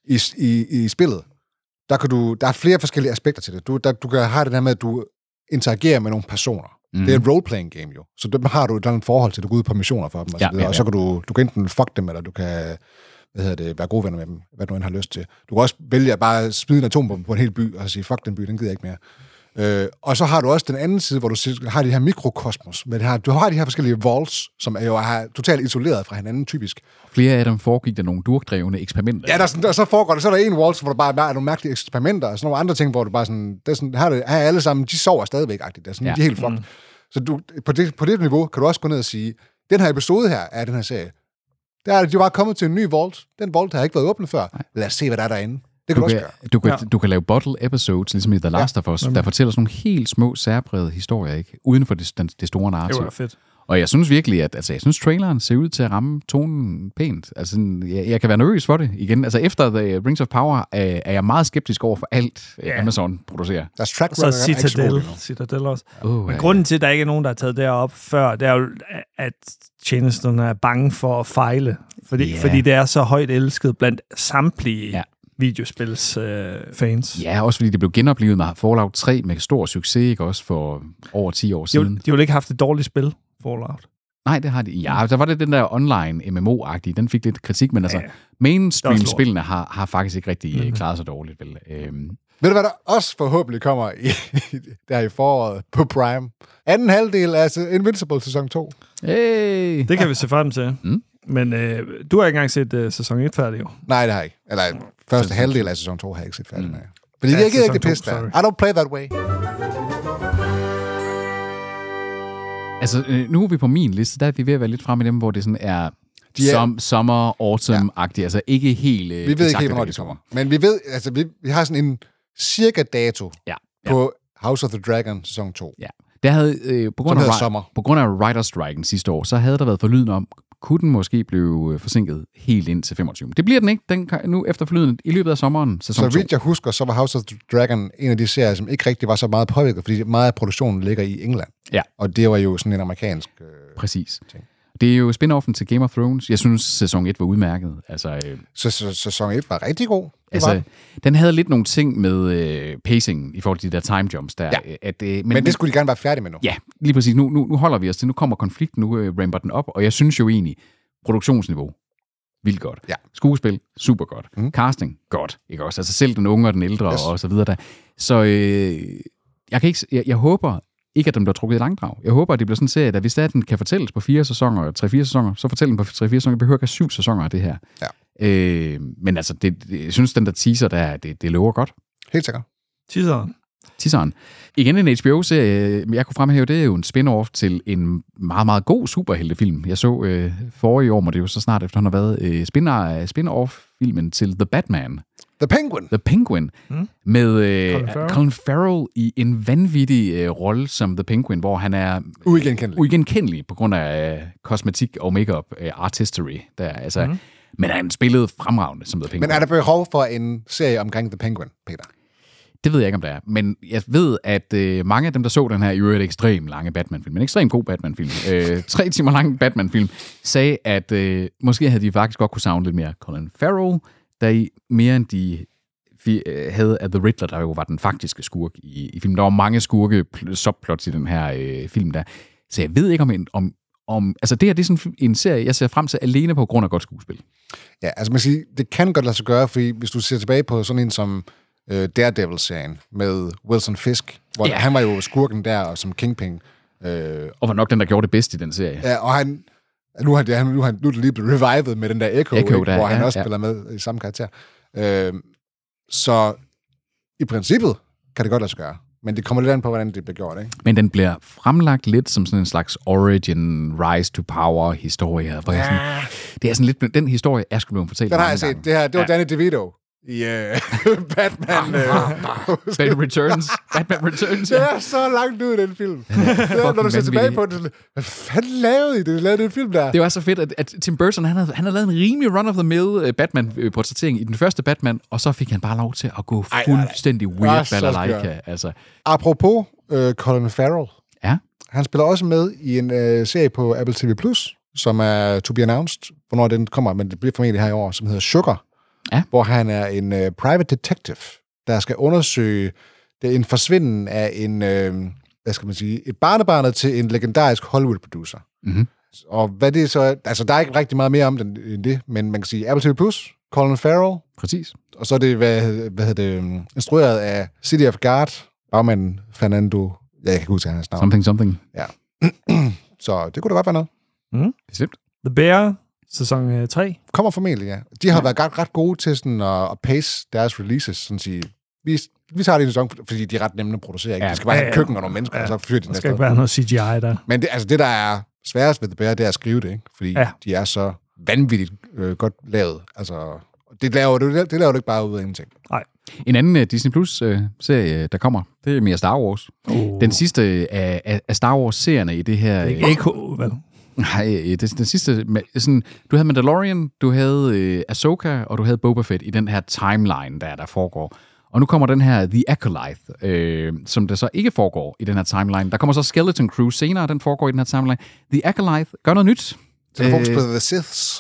Speaker 1: i spillet, der er flere forskellige aspekter til det. Du kan have det der med, at du interagerer med nogle personer. Det er et role-playing game jo. Så dem har du et andet forhold til, at du går ud på missioner for dem, og så videre. Og så kan du kan enten fuck dem, eller du kan være gode venner med dem, hvad du end har lyst til. Du kan også vælge at bare smide en atombombe på en hel by, og sige, fuck den by, den gider jeg ikke mere. Og så har du også den anden side, hvor du har de her mikrokosmos. Du har de her forskellige vaults, som er jo totalt isoleret fra hinanden, typisk.
Speaker 2: Flere af dem foregik der nogle durkdrevne eksperimenter.
Speaker 1: Ja, der så foregår det. Så er der en vault, hvor der bare er nogle mærkelige eksperimenter, og sådan nogle andre ting, hvor du bare sådan, det er sådan her er alle sammen, de sover stadigvæk-agtigt. Det er sådan, de er helt fucked. Så på det niveau kan du også gå ned og sige, den her episode her af den her serie, der er de bare kommet til en ny vault. Den vault har ikke været åbnet før. Lad os se, hvad der er derinde. Det kan du også gøre.
Speaker 2: Du kan lave bottle episodes, ligesom i The Last of Us, der fortæller sådan nogle helt små, særprægede historier, ikke? Uden for det store narrativ.
Speaker 3: Det var fedt.
Speaker 2: Og jeg synes virkelig, at jeg synes, traileren ser ud til at ramme tonen pænt. Altså, jeg kan være nervøs for det igen. Altså, efter The Rings of Power er jeg meget skeptisk over for alt, Amazon producerer.
Speaker 1: Deres track
Speaker 3: record Citadel også. Men grunden til, at der ikke er nogen, der har taget derop før, det er jo, at tjenesterne er bange for at fejle. Fordi det er så højt elsket blandt samtlige videospils fans.
Speaker 2: Ja, også fordi det blev genoplevet med Fallout 3 med stor succes, ikke også for over 10 år siden.
Speaker 3: De har jo ikke haft et dårligt spil, Fallout.
Speaker 2: Nej, det har de. Ja, der var det den der online MMO-agtige, den fik lidt kritik, men altså mainstream-spillene har faktisk ikke rigtig klaret sig dårligt, vel?
Speaker 1: Ved du, hvad der også forhåbentlig kommer der i foråret på Prime? Anden halvdel af Invincible sæson 2.
Speaker 2: Hey.
Speaker 3: Det kan vi se frem til. Men du har ikke engang set sæson 1 færdig, jo?
Speaker 1: Nej, det har jeg ikke. Eller første halvdel af sæson 2 har jeg ikke set færdig med. Fordi jeg gider ikke det pisse der. I don't play that way.
Speaker 2: Altså, nu er vi på min liste, der er vi ved at være lidt fremme i dem, hvor det sådan er sommer, autumn-agtigt. Altså ikke helt...
Speaker 1: Vi ved ikke helt, hvornår de kommer. Men vi ved, altså vi har sådan en cirka dato på House of the Dragon sæson 2.
Speaker 2: Ja. Der havde, på grund af writer-striken sidste år, så havde der været forlyden om, kunne den måske blive forsinket helt ind til 25. Det bliver den ikke. Den kan nu efter forlyden i løbet af sommeren sæson 2.
Speaker 1: Så vidt jeg husker, så var House of the Dragon en af de serier, som ikke rigtig var så meget påvirket, fordi meget af produktionen ligger i England.
Speaker 2: Ja.
Speaker 1: Og det var jo sådan en amerikansk
Speaker 2: præcis. Ting. Det er jo spin-offen til Game of Thrones. Jeg synes, sæson 1 var udmærket. Altså,
Speaker 1: så sæson 1 var rigtig god.
Speaker 2: Den havde lidt nogle ting med pacing i forhold til de der time jumps der.
Speaker 1: Ja. Men det skulle de gerne være færdige med nu.
Speaker 2: Ja, lige præcis. Nu holder vi os til. Nu kommer konflikten, nu ramper den op. Og jeg synes jo egentlig, produktionsniveau, vildt godt.
Speaker 1: Ja.
Speaker 2: Skuespil, super godt. Casting, godt. Ikke også? Altså selv den unge og den ældre og så videre der. Så jeg håber ikke at den bliver trukket i langdrag. Jeg håber, at det bliver sådan en serie, at hvis den kan fortælles på 4 sæsoner, 3-4 sæsoner, så fortæl den på 3-4 sæsoner. Jeg behøver ikke have 7 sæsoner af det her.
Speaker 1: Ja.
Speaker 2: Men altså, jeg synes, den der teaser, det lover godt.
Speaker 1: Helt sikkert.
Speaker 2: Teaseren. Igen en HBO-serie, jeg kunne fremhæve, det er jo en spin-off til en meget, meget god superheltefilm. Jeg så forrige år, må det jo så snart efter, han har været spin-off-filmen til The Batman.
Speaker 1: The Penguin.
Speaker 2: Med Colin Farrell i en vanvittig rolle som The Penguin, hvor han er uigenkendelig på grund af kosmetik og makeup artistry. Der, altså, men han spillede fremragende som The Penguin.
Speaker 1: Men er der behov for en serie omkring The Penguin, Peter?
Speaker 2: Det ved jeg ikke, om det er. Men jeg ved, at mange af dem, der så den her i øvrigt ekstremt lange Batman-film, en ekstremt god Batman-film, 3 timer lang Batman-film, sagde, at måske havde de faktisk godt kunne savne lidt mere Colin Farrell, der i mere end de havde af The Riddler, der jo var den faktiske skurk i filmen. Der var mange skurke subplots i den her film der. Så jeg ved ikke om altså det her, det er sådan en serie, jeg ser frem til alene på grund af godt skuespil.
Speaker 1: Ja, altså man siger, det kan godt lade sig gøre, fordi hvis du ser tilbage på sådan en som Daredevil-serien med Wilson Fisk, hvor han var jo skurken der som Kingpin.
Speaker 2: Og var nok den, der gjorde det bedst i den serie.
Speaker 1: Ja, og nu er det lige blevet revivet med den der Echo der, hvor han også spiller med i samme karakter. Så i princippet kan det godt lade sig gøre. Men det kommer lidt an på, hvordan det bliver gjort, ikke?
Speaker 2: Men den bliver fremlagt lidt som sådan en slags origin, rise to power historie. Hvor det er sådan lidt, den historie er sgu blevet fortalt.
Speaker 1: Den har jeg set. Det var Danny DeVito i Batman.
Speaker 2: Batman Returns. Batman Returns,
Speaker 1: Det er så langt ud, den film. Når du ser tilbage på det, hvad fanden lavede I? Det lavede den film der.
Speaker 2: Det var så fedt, at Tim Burton, han havde lavet en rimelig run-of-the-mill Batman-portrættering i den første Batman, og så fik han bare lov til at gå fuldstændig weird balalaika. Altså.
Speaker 1: Apropos Colin Farrell.
Speaker 2: Ja.
Speaker 1: Han spiller også med i en serie på Apple TV+, som er to be announced, hvornår den kommer, men det bliver formentlig her i år, som hedder Sugar.
Speaker 2: Ja.
Speaker 1: Hvor han er en private detective, der skal undersøge en forsvinden af en, hvad skal man sige, et barnebarnet til en legendarisk Hollywood-producer.
Speaker 2: Mm-hmm.
Speaker 1: Og hvad det så, altså der er ikke rigtig meget mere om den end det, men man kan sige Apple TV+, Colin Farrell.
Speaker 2: Præcis.
Speaker 1: Og så er det, hvad hedder det, instrueret af City of God, bagmanden Fernando, jeg kan ikke huske hans navn.
Speaker 2: Something.
Speaker 1: Ja. Så det kunne da godt være noget.
Speaker 2: Mm. Bestemt.
Speaker 3: The Bear, sæson 3.
Speaker 1: Kommer formentlig, ja. De har været ret gode til sådan at pace deres releases, sådan at sige, vi tager det i en sæson, fordi de er ret nemme at producere, ikke? De skal bare have køkken og nogle mennesker, og så fyrer de næste.
Speaker 3: Der skal ikke være noget CGI der.
Speaker 1: Men det der er sværest ved The Bear, det er at skrive det, ikke? Fordi de er så vanvittigt godt lavet. Altså, det laver du ikke bare ud af ingenting.
Speaker 3: Nej.
Speaker 2: En anden Disney Plus-serie, der kommer, det er mere Star Wars. Den sidste af Star Wars-serierne i det her...
Speaker 3: Det er ikke vel?
Speaker 2: Nej, den sidste... Sådan, du havde Mandalorian, du havde Ahsoka, og du havde Boba Fett i den her timeline, der foregår. Og nu kommer den her The Acolyte, som der så ikke foregår i den her timeline. Der kommer så Skeleton Crew senere, den foregår i den her timeline. The Acolyte gør noget nyt.
Speaker 1: Så der fokus på The Siths?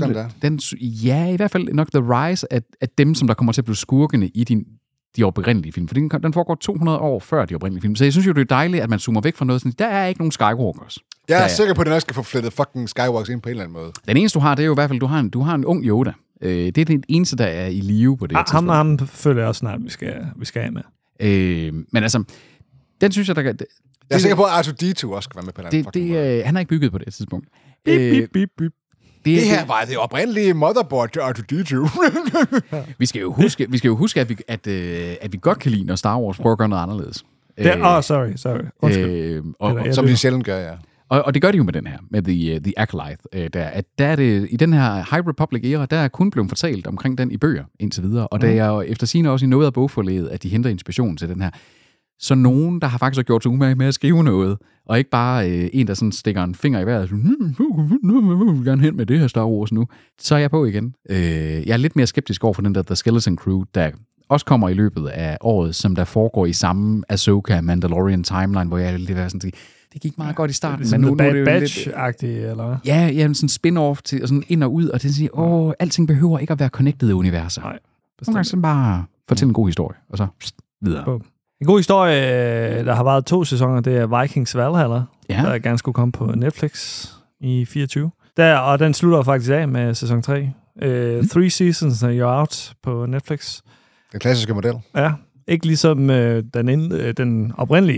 Speaker 2: Ja, i hvert fald nok The Rise af dem, som der kommer til at blive skurkene i de oprindelige film. For den foregår 200 år før de oprindelige film. Så jeg synes jo, det er dejligt, at man zoomer væk fra noget sådan, der er ikke nogen Skywalkers.
Speaker 1: Jeg er sikker på, at den også skal få flettet fucking Skywalkers ind på en eller anden måde.
Speaker 2: Den eneste, du har, det er jo i hvert fald, du har en ung Yoda. Det er det eneste, der er i live på det tidspunkt.
Speaker 3: Ham føler jeg også snart, vi skal af med.
Speaker 2: Men altså, den synes jeg, der kan...
Speaker 1: Jeg er sikker på, at R2-D2 også skal være med på den fucking måde.
Speaker 2: Han er ikke bygget på det tidspunkt.
Speaker 1: Bip. Det her var det oprindelige motherboard til R2-D2.
Speaker 2: Vi skal jo huske, at vi godt kan lide, når Star Wars prøver at gøre noget anderledes.
Speaker 3: Sorry. Undskyld.
Speaker 1: Som de sjældent gør, ja.
Speaker 2: Og det gør de jo med den her, med The Acolyte. Der er det, i den her High Republic-æra, der er kun blevet fortalt omkring den i bøger indtil videre. Og der er jo efter sigende også i noget af bogforlæget, at de henter inspiration til den her. Så nogen, der har faktisk gjort sig umage med at skrive noget, og ikke bare en, der sådan stikker en finger i vejret og siger, vil gerne hen med det her Star Wars nu. Så er jeg på igen. Jeg er lidt mere skeptisk over for den der The Skeleton Crew, der også kommer i løbet af året, som der foregår i samme Ahsoka Mandalorian timeline, hvor jeg er lidt sådan det gik meget godt i starten,
Speaker 3: men nu er det jo Batch-agtigt, eller hvad?
Speaker 2: Ja, sådan spin-off til og sådan ind og ud, og det siger, alting behøver ikke at være connected i universer. Nej, nogle gange sådan bare fortælle en god historie, og så videre.
Speaker 3: En god historie, der har været 2 sæsoner, det er Vikings Valhalla, der gerne skulle komme på Netflix i 24. Og den slutter faktisk af med sæson 3. 3 seasons and you're out på Netflix.
Speaker 1: Den klassiske model.
Speaker 3: Ja, ikke ligesom den oprindelige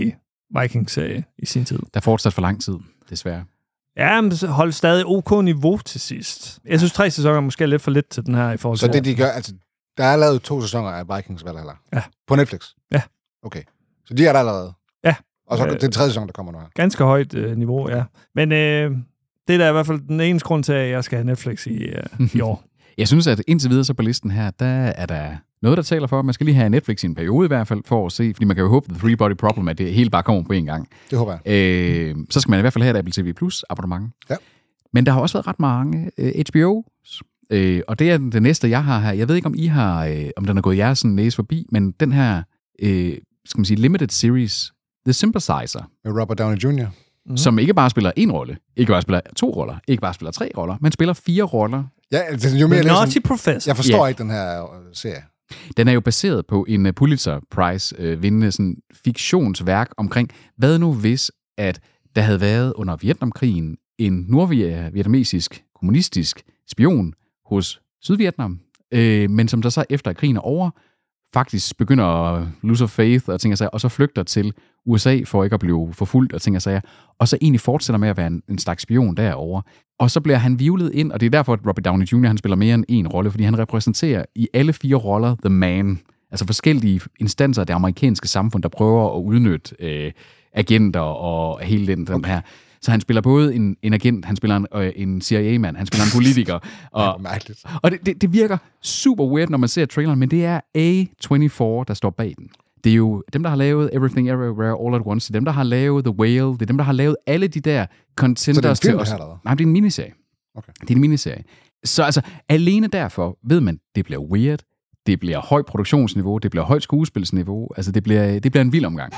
Speaker 3: Vikings-serie i sin tid.
Speaker 2: Der fortsat for lang tid, desværre.
Speaker 3: Ja, men holdt stadig OK niveau til sidst. Jeg synes, 3 sæsoner måske er lidt for lidt til den her i forhold til...
Speaker 1: Så det, de gør... Altså, der er lavet 2 sæsoner af Vikings Valhalla.
Speaker 3: Ja.
Speaker 1: På Netflix?
Speaker 3: Ja.
Speaker 1: Okay. Så de er der allerede?
Speaker 3: Ja.
Speaker 1: Og så er det den 3. sæson, der kommer nu her?
Speaker 3: Ganske højt niveau, ja. Men det er da i hvert fald den eneste grund til, at jeg skal have Netflix i år.
Speaker 2: Jeg synes, at indtil videre så på listen her, der er der noget, der taler for, at man skal lige have Netflix i en periode i hvert fald, for at se, fordi man kan jo håbe, at The 3-Body Problem, at det hele bare kommer på en gang.
Speaker 1: Det håber jeg.
Speaker 2: Så skal man i hvert fald have et Apple TV Plus abonnement.
Speaker 1: Ja.
Speaker 2: Men der har også været ret mange HBO's, og det er det næste, jeg har her. Jeg ved ikke, om I har, om den er gået jeres sådan næse forbi, men den her, skal man sige, limited series, The Sympathizer.
Speaker 1: Med Robert Downey Jr.
Speaker 2: Som ikke bare spiller 1 rolle, ikke bare spiller 2 roller, ikke bare spiller 3 roller, men spiller 4 roller.
Speaker 1: Ja, altså, jo mere
Speaker 3: Naughty Professor.
Speaker 1: Jeg forstår ikke den her serie.
Speaker 2: Den er jo baseret på en Pulitzer Prize vindende sådan fiktionsværk omkring, hvad nu hvis, at der havde været under Vietnamkrigen en nordvietnamesisk kommunistisk spion hos Sydvietnam, men som der så efter krigen er over, faktisk begynder at lose faith og tænker sig, og så flygter til USA for ikke at blive forfulgt og tænker sig, og så egentlig fortsætter med at være en slags spion derovre. Og så bliver han vivlet ind, og det er derfor, at Robert Downey Jr. han spiller mere end 1 rolle, fordi han repræsenterer i alle 4 roller The Man, altså forskellige instanser af det amerikanske samfund, der prøver at udnytte agenter og hele den her. Så han spiller både en agent, han spiller en CIA-mand, han spiller en politiker. Og det virker super weird, når man ser traileren, men det er A24, der står bag den. Det er jo dem, der har lavet Everything Everywhere All at Once, det er dem, der har lavet The Whale, det er dem, der har lavet alle de der contenders til os. Nej, det er en miniserie.
Speaker 1: Okay.
Speaker 2: Det er en miniserie. Så altså, alene derfor ved man, det bliver weird, det bliver højt produktionsniveau, det bliver højt skuespilsniveau, altså det bliver en vild omgang.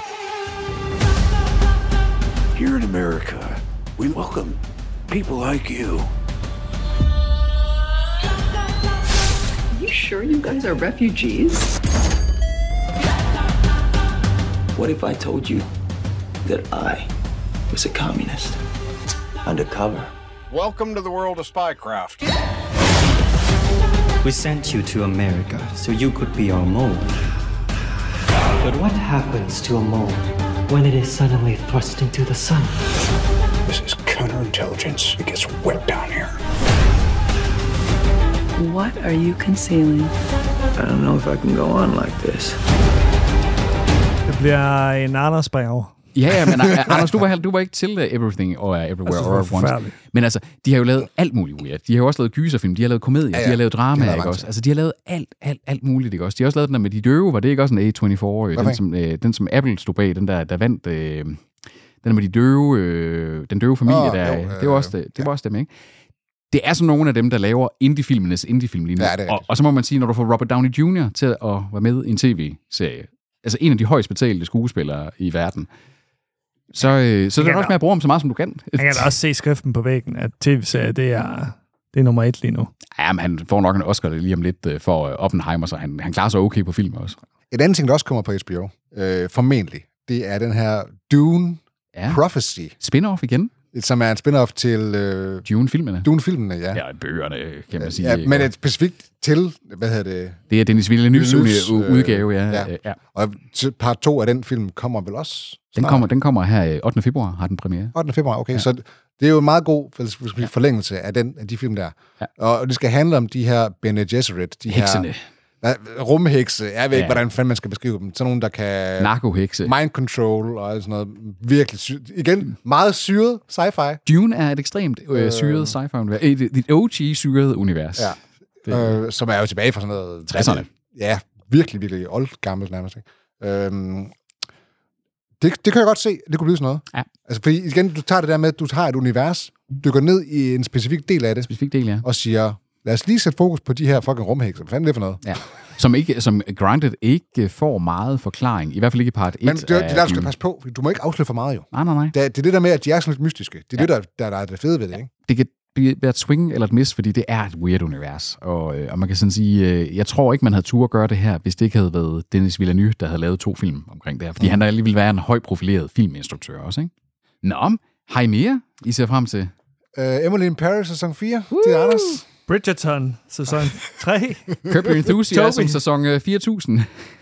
Speaker 20: Here in America, we welcome people like you.
Speaker 21: Are you sure you guys are refugees?
Speaker 5: What if I told you that I was a communist? Undercover.
Speaker 20: Welcome to the world of spycraft.
Speaker 22: We sent you to America so you could be our mold. But what happens to a mold when it is suddenly thrust into the sun?
Speaker 20: This is counterintelligence. It gets wet down here.
Speaker 21: What are you concealing?
Speaker 5: I don't know if I can go on like this.
Speaker 3: Det bliver en Anders brev.
Speaker 2: Ja, men Anders, du var ikke til Everything Everywhere All at Once. Men altså, de har jo lavet alt muligt weird. De har jo også lavet gyserfilm, de har lavet komedier, de har lavet drama, ikke også? Altså, de har lavet alt muligt, ikke også? De har også lavet den der med de døve, var det ikke også en A24? Den som Apple stod bag, den der vandt, den der med de døve, den døve familie, det var også dem, ikke? Det er sådan nogle af dem, der laver indie-filmenes indie-film lige nu. Ja, og så må man sige, når du får Robert Downey Jr. til at være med i en tv-serie, altså en af de højst betalte skuespillere i verden, så er det også med at bruge ham så meget, som du kan.
Speaker 3: Han kan da også se skriften på væggen, at tv-serie, det er nummer 1 lige nu.
Speaker 2: Ja, men han får nok en Oscar lige om lidt for Oppenheimer, så han klarer sig okay på film også.
Speaker 1: Et andet ting, der også kommer på HBO, formentlig, det er den her Dune Prophecy.
Speaker 2: Spin-off igen.
Speaker 1: Som er en spin-off til...
Speaker 2: Dune-filmene.
Speaker 1: Dune-filmene, ja.
Speaker 2: Ja, bøgerne, kan man sige.
Speaker 1: Ja, men et specifikt til, hvad hedder det?
Speaker 2: Det er Denis Villeneuve's udgave, ja.
Speaker 1: Og part 2 af den film kommer vel også
Speaker 2: Den kommer her 8. februar, har den premiere.
Speaker 1: 8. februar, okay. Ja. Så det er jo en meget god forlængelse af de film der. Ja. Og det skal handle om de her Bene Gesserit, de
Speaker 2: heksene.
Speaker 1: Her rumhekse, jeg ved ikke, hvordan fanden man skal beskrive dem. Sådan nogle, der kan...
Speaker 2: Narkohekse.
Speaker 1: Mind control og sådan noget. Virkelig igen, meget syret sci-fi.
Speaker 2: Dune er et ekstremt syret sci-fi-univers. Et OG-syret univers.
Speaker 1: Ja. Som er jo tilbage fra sådan noget...
Speaker 2: 60'erne.
Speaker 1: Ja, virkelig old gammelt nærmest. Det kan jeg godt se, det kunne blive sådan noget.
Speaker 2: Ja.
Speaker 1: Altså, fordi igen, du tager det der med, at du har et univers, dykker ned i en specifik del af det, og siger... Lad os lige sætte fokus på de her fucking rumhekser. Hvad fanden er det for noget?
Speaker 2: Ja. Som Grounded ikke får meget forklaring. I hvert fald ikke i part 1.
Speaker 1: Men det er der, du skal passe på. Du må ikke afsløre for meget, jo.
Speaker 2: Nej.
Speaker 1: Det er det der med, at de er sådan lidt mystiske. Det er det, der er det fede ved det, ikke?
Speaker 2: Det kan være et swing eller et miss, fordi det er et weird univers. Og man kan sådan sige, jeg tror ikke, man havde tur at gøre det her, hvis det ikke havde været Denis Villeneuve, der havde lavet 2 film omkring det her. Fordi han alligevel være en højprofileret filminstruktør også, ikke? Nå, har I mere, I ser frem til?
Speaker 1: Emily in Paris, sæson 4. Det er Anders.
Speaker 3: Bridgerton, sæson 3.
Speaker 2: Curb Your Enthusiasm, sæson 4000.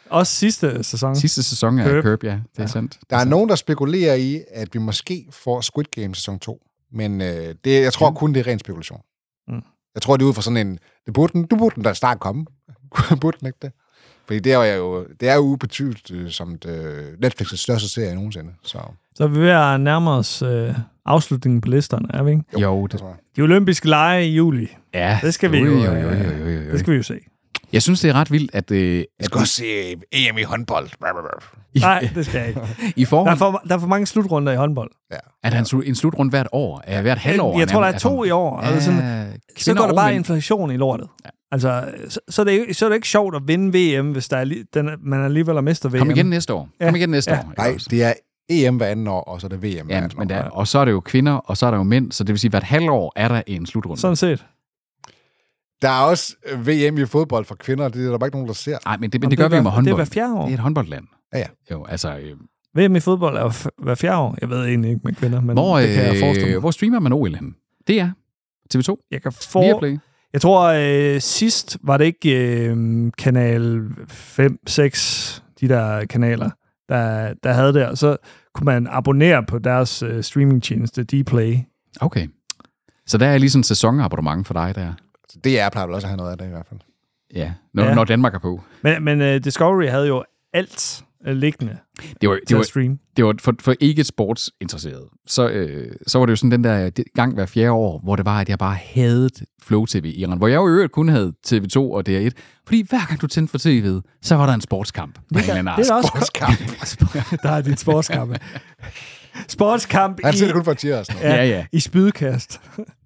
Speaker 3: Også sidste sæson.
Speaker 2: Sidste sæson af Curb, ja. Det er sandt.
Speaker 1: Der er nogen, der spekulerer i, at vi måske får Squid Game sæson 2. Men jeg tror kun, det er ren spekulation. Jeg tror, det er ud fra sådan en... Du burde den da snart komme. Burde den ikke det? Fordi det er jo ubetydeligt som Netflix' største serie nogensinde. Så
Speaker 3: er vi ved at nærme os afslutningen på listerne, er vi ikke?
Speaker 2: Jo, det tror jeg.
Speaker 3: De olympiske lege i juli.
Speaker 2: Ja.
Speaker 3: Det skal vi jo. Det skal vi jo se.
Speaker 2: Jeg synes, det er ret vildt, at...
Speaker 1: Jeg skal også se EM i håndbold.
Speaker 3: Nej, det skal jeg ikke. Der er for mange slutrunder i håndbold.
Speaker 2: Ja. Er der en slutrunde hvert år? Hvert halvår?
Speaker 3: Jeg tror, der er 2 i år. Ja, så går der bare inflation i lortet. Ja. Altså, så er det ikke sjovt at vinde VM, hvis man alligevel mister VM.
Speaker 2: Kom igen næste år.
Speaker 1: Nej, det er EM hver anden år, og så er det VM hver anden år.
Speaker 2: Og så er det jo kvinder, og så er der jo mænd, så det vil sige, at hvert halvår er der en slutrunde.
Speaker 3: Sådan set.
Speaker 1: Der er også VM i fodbold for kvinder, det er der bare ikke nogen, der ser.
Speaker 2: Nej, men det gør vi med håndbold.
Speaker 3: Det er hver 4 år.
Speaker 2: Det er et håndboldland.
Speaker 1: Ja.
Speaker 2: Jo, altså...
Speaker 3: VM i fodbold er jo hver 4 år. Jeg ved egentlig ikke med kvinder, men det kan jeg forestille mig.
Speaker 2: Hvor streamer man OL hen? Det er TV2?
Speaker 3: Jeg kan Jeg tror, sidst var det ikke kanal 5, 6, de der kanaler, der havde det, og så kunne man abonnere på deres streamingtjeneste, Dplay.
Speaker 2: Okay. Så der er lige sådan en sæsonabonnement for dig der.
Speaker 1: DR plejer vel også at have noget af det i hvert fald.
Speaker 2: Ja, når Danmark er på.
Speaker 3: Men Discovery havde jo alt liggende til at streame.
Speaker 2: Det var for ikke sportsinteresseret. Så var det jo sådan den der gang hver 4 år, hvor det var, at jeg bare havde Flow TV i Iran, hvor jeg jo i øvrigt kun havde TV2 og DR1. Fordi hver gang du tændte for TV'et, så var der en sportskamp.
Speaker 3: Det er også sportskamp. Der er dit sportskamp. Sportskamp
Speaker 1: han ser det kun for at tire os.
Speaker 3: Ja. I spydkast.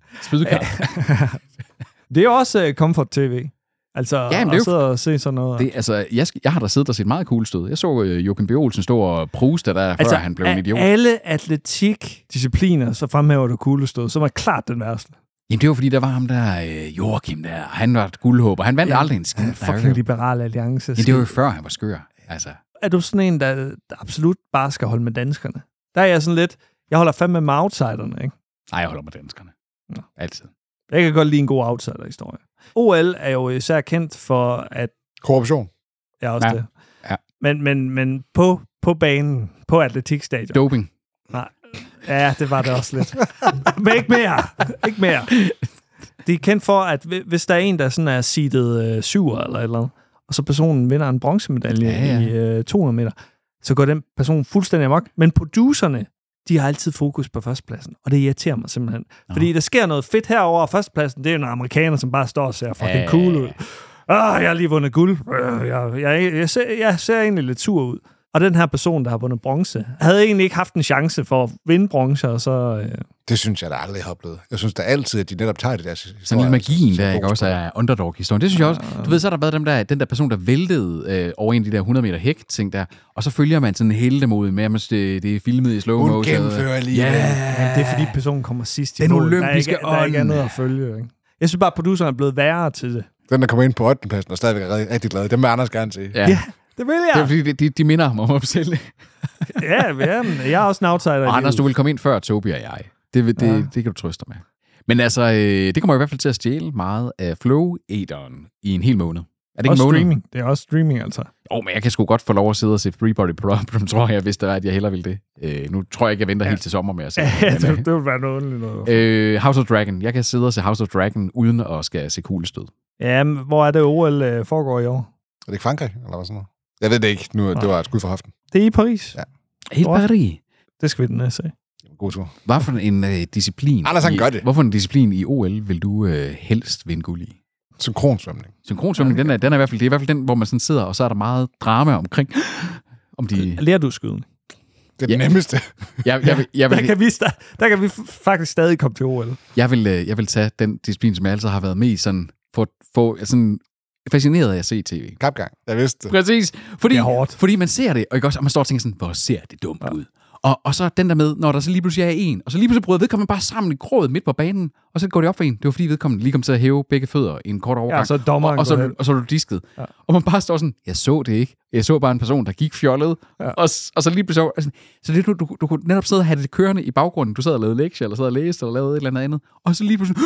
Speaker 3: Det er jo også Comfort TV. Altså, at sidde og se sådan noget.
Speaker 2: Jeg har da siddet og set meget cool stød. Jeg så Joachim B. Olsen stå og pruste der, før han blev en idiot.
Speaker 3: Alle atletikdiscipliner, så fremhæver du kuglestød, som er klart den værste.
Speaker 2: Jamen, det var fordi, der var ham der, Joachim der, han var et guldhåb, og han vandt aldrig en skid.
Speaker 3: Fucking Liberal Alliance.
Speaker 2: Ja, det var jo før, han var skør. Altså.
Speaker 3: Er du sådan en, der absolut bare skal holde med danskerne? Der er jeg sådan lidt, jeg holder fandme med outsiderne, ikke?
Speaker 2: Nej, jeg holder med danskerne.
Speaker 3: Nå.
Speaker 2: Altid.
Speaker 3: Jeg kan godt lide en god outsider-historie. OL er jo især kendt for, at...
Speaker 1: Korruption.
Speaker 3: Ja, også det. Ja. Men på banen, på atletikstadion...
Speaker 2: Doping.
Speaker 3: Nej. Ja, det var det også lidt. Men ikke mere. Det er kendt for, at hvis der er en, der sådan er seedet 7 eller et eller andet, og så personen vinder en bronzemedalje i 200 meter, så går den person fuldstændig amok. Men producerne, de har altid fokus på førstepladsen, og det irriterer mig simpelthen. Fordi der sker noget fedt herover og førstepladsen, det er jo en amerikaner, som bare står og ser fucking cool ud. Jeg har lige vundet guld. Jeg ser egentlig lidt sur ud. Og den her person, der har vundet bronze, havde egentlig ikke haft en chance for at vinde bronze, og så...
Speaker 1: Det synes jeg da aldrig har oplevet. Jeg synes da altid, at de netop tager det der historie.
Speaker 2: Sådan en magien der, ikke også, er underdog-historien. Det synes jeg også. Du ved, så har der været den der person, der væltede over en af de der 100 meter hæk-ting der, og så følger man sådan heldemodet med, at det er filmet i slow motion.
Speaker 1: Hun gennemfører lige.
Speaker 3: Ja, det er fordi personen kommer sidst i
Speaker 2: den olympiske
Speaker 3: ånd. Der er ikke andet at følge, ikke? Jeg synes bare, at produceren er blevet værre til det.
Speaker 1: Den, der kommer ind på 8. pladsen og stadigvæk er rigtig glad, dem vil Anders gerne se.
Speaker 3: Ja. Det vil jeg.
Speaker 2: Det er fordi, de minder ham om at selv.
Speaker 3: Jeg er også en outsider.
Speaker 2: Og Anders, du vil komme ind før Tobi og jeg. Det kan du trøste dig med. Men altså, det kommer i hvert fald til at stjæle meget af Flow-æderen i en hel måned. Er det ikke måned?
Speaker 3: Streaming. Det er også streaming, altså.
Speaker 2: Men jeg kan sgu godt få lov at sidde og se Free Body Problem, tror jeg, hvis det var, at jeg hellere ville det. Nu tror jeg ikke, jeg venter helt til sommer med at se
Speaker 3: det vil være noget underligt.
Speaker 2: House of Dragon. Jeg kan sidde og se House of Dragon, uden at skal se kuglestød.
Speaker 3: Ja, hvor er det OL foregår i år?
Speaker 1: Er det ikke Frankrig, eller hvad sådan noget? Jeg ved det ikke. Nu, det var et skud for hoften.
Speaker 3: Det er i Paris.
Speaker 1: Ja.
Speaker 2: I Paris?
Speaker 3: Det skal vi den se.
Speaker 1: God tur.
Speaker 2: Hvad for en disciplin?
Speaker 1: Anders, han gør det.
Speaker 2: Hvorfor en disciplin i OL vil du helst vinde guld i?
Speaker 1: Synkronsvømning.
Speaker 2: Synkronsvømning, den er i hvert fald, det er i hvert fald den, hvor man sådan sidder, og så er der meget drama omkring, om de...
Speaker 3: Lærer du skydning?
Speaker 1: Det er det nemmeste.
Speaker 3: Der kan vi faktisk stadig komme til OL.
Speaker 2: Jeg vil tage den disciplin, som jeg altid har været med i, sådan, for sådan fascineret af at se tv.
Speaker 1: Kapgang, jeg vidste det.
Speaker 2: Præcis. Fordi man ser det, og man står og tænker sådan, hvor ser det dumt ud. Og så den der med, når der så lige pludselig er en, og så lige pludselig bryder vedkommende bare sammen i grådet midt på banen, og så går det op for en. Det var fordi vedkommende lige kom til at hæve begge fødder i en kort overgang.
Speaker 3: Ja, så dommeren
Speaker 2: og så er du disket. Ja. Og man bare står sådan, jeg så det ikke. Jeg så bare en person, der gik fjollet. Ja. Og så lige pludselig... Altså, så det, du kunne netop sidde og have det kørende i baggrunden. Du sad og lavede lektier, eller sad og læste, eller lavede et eller andet. Og så lige pludselig...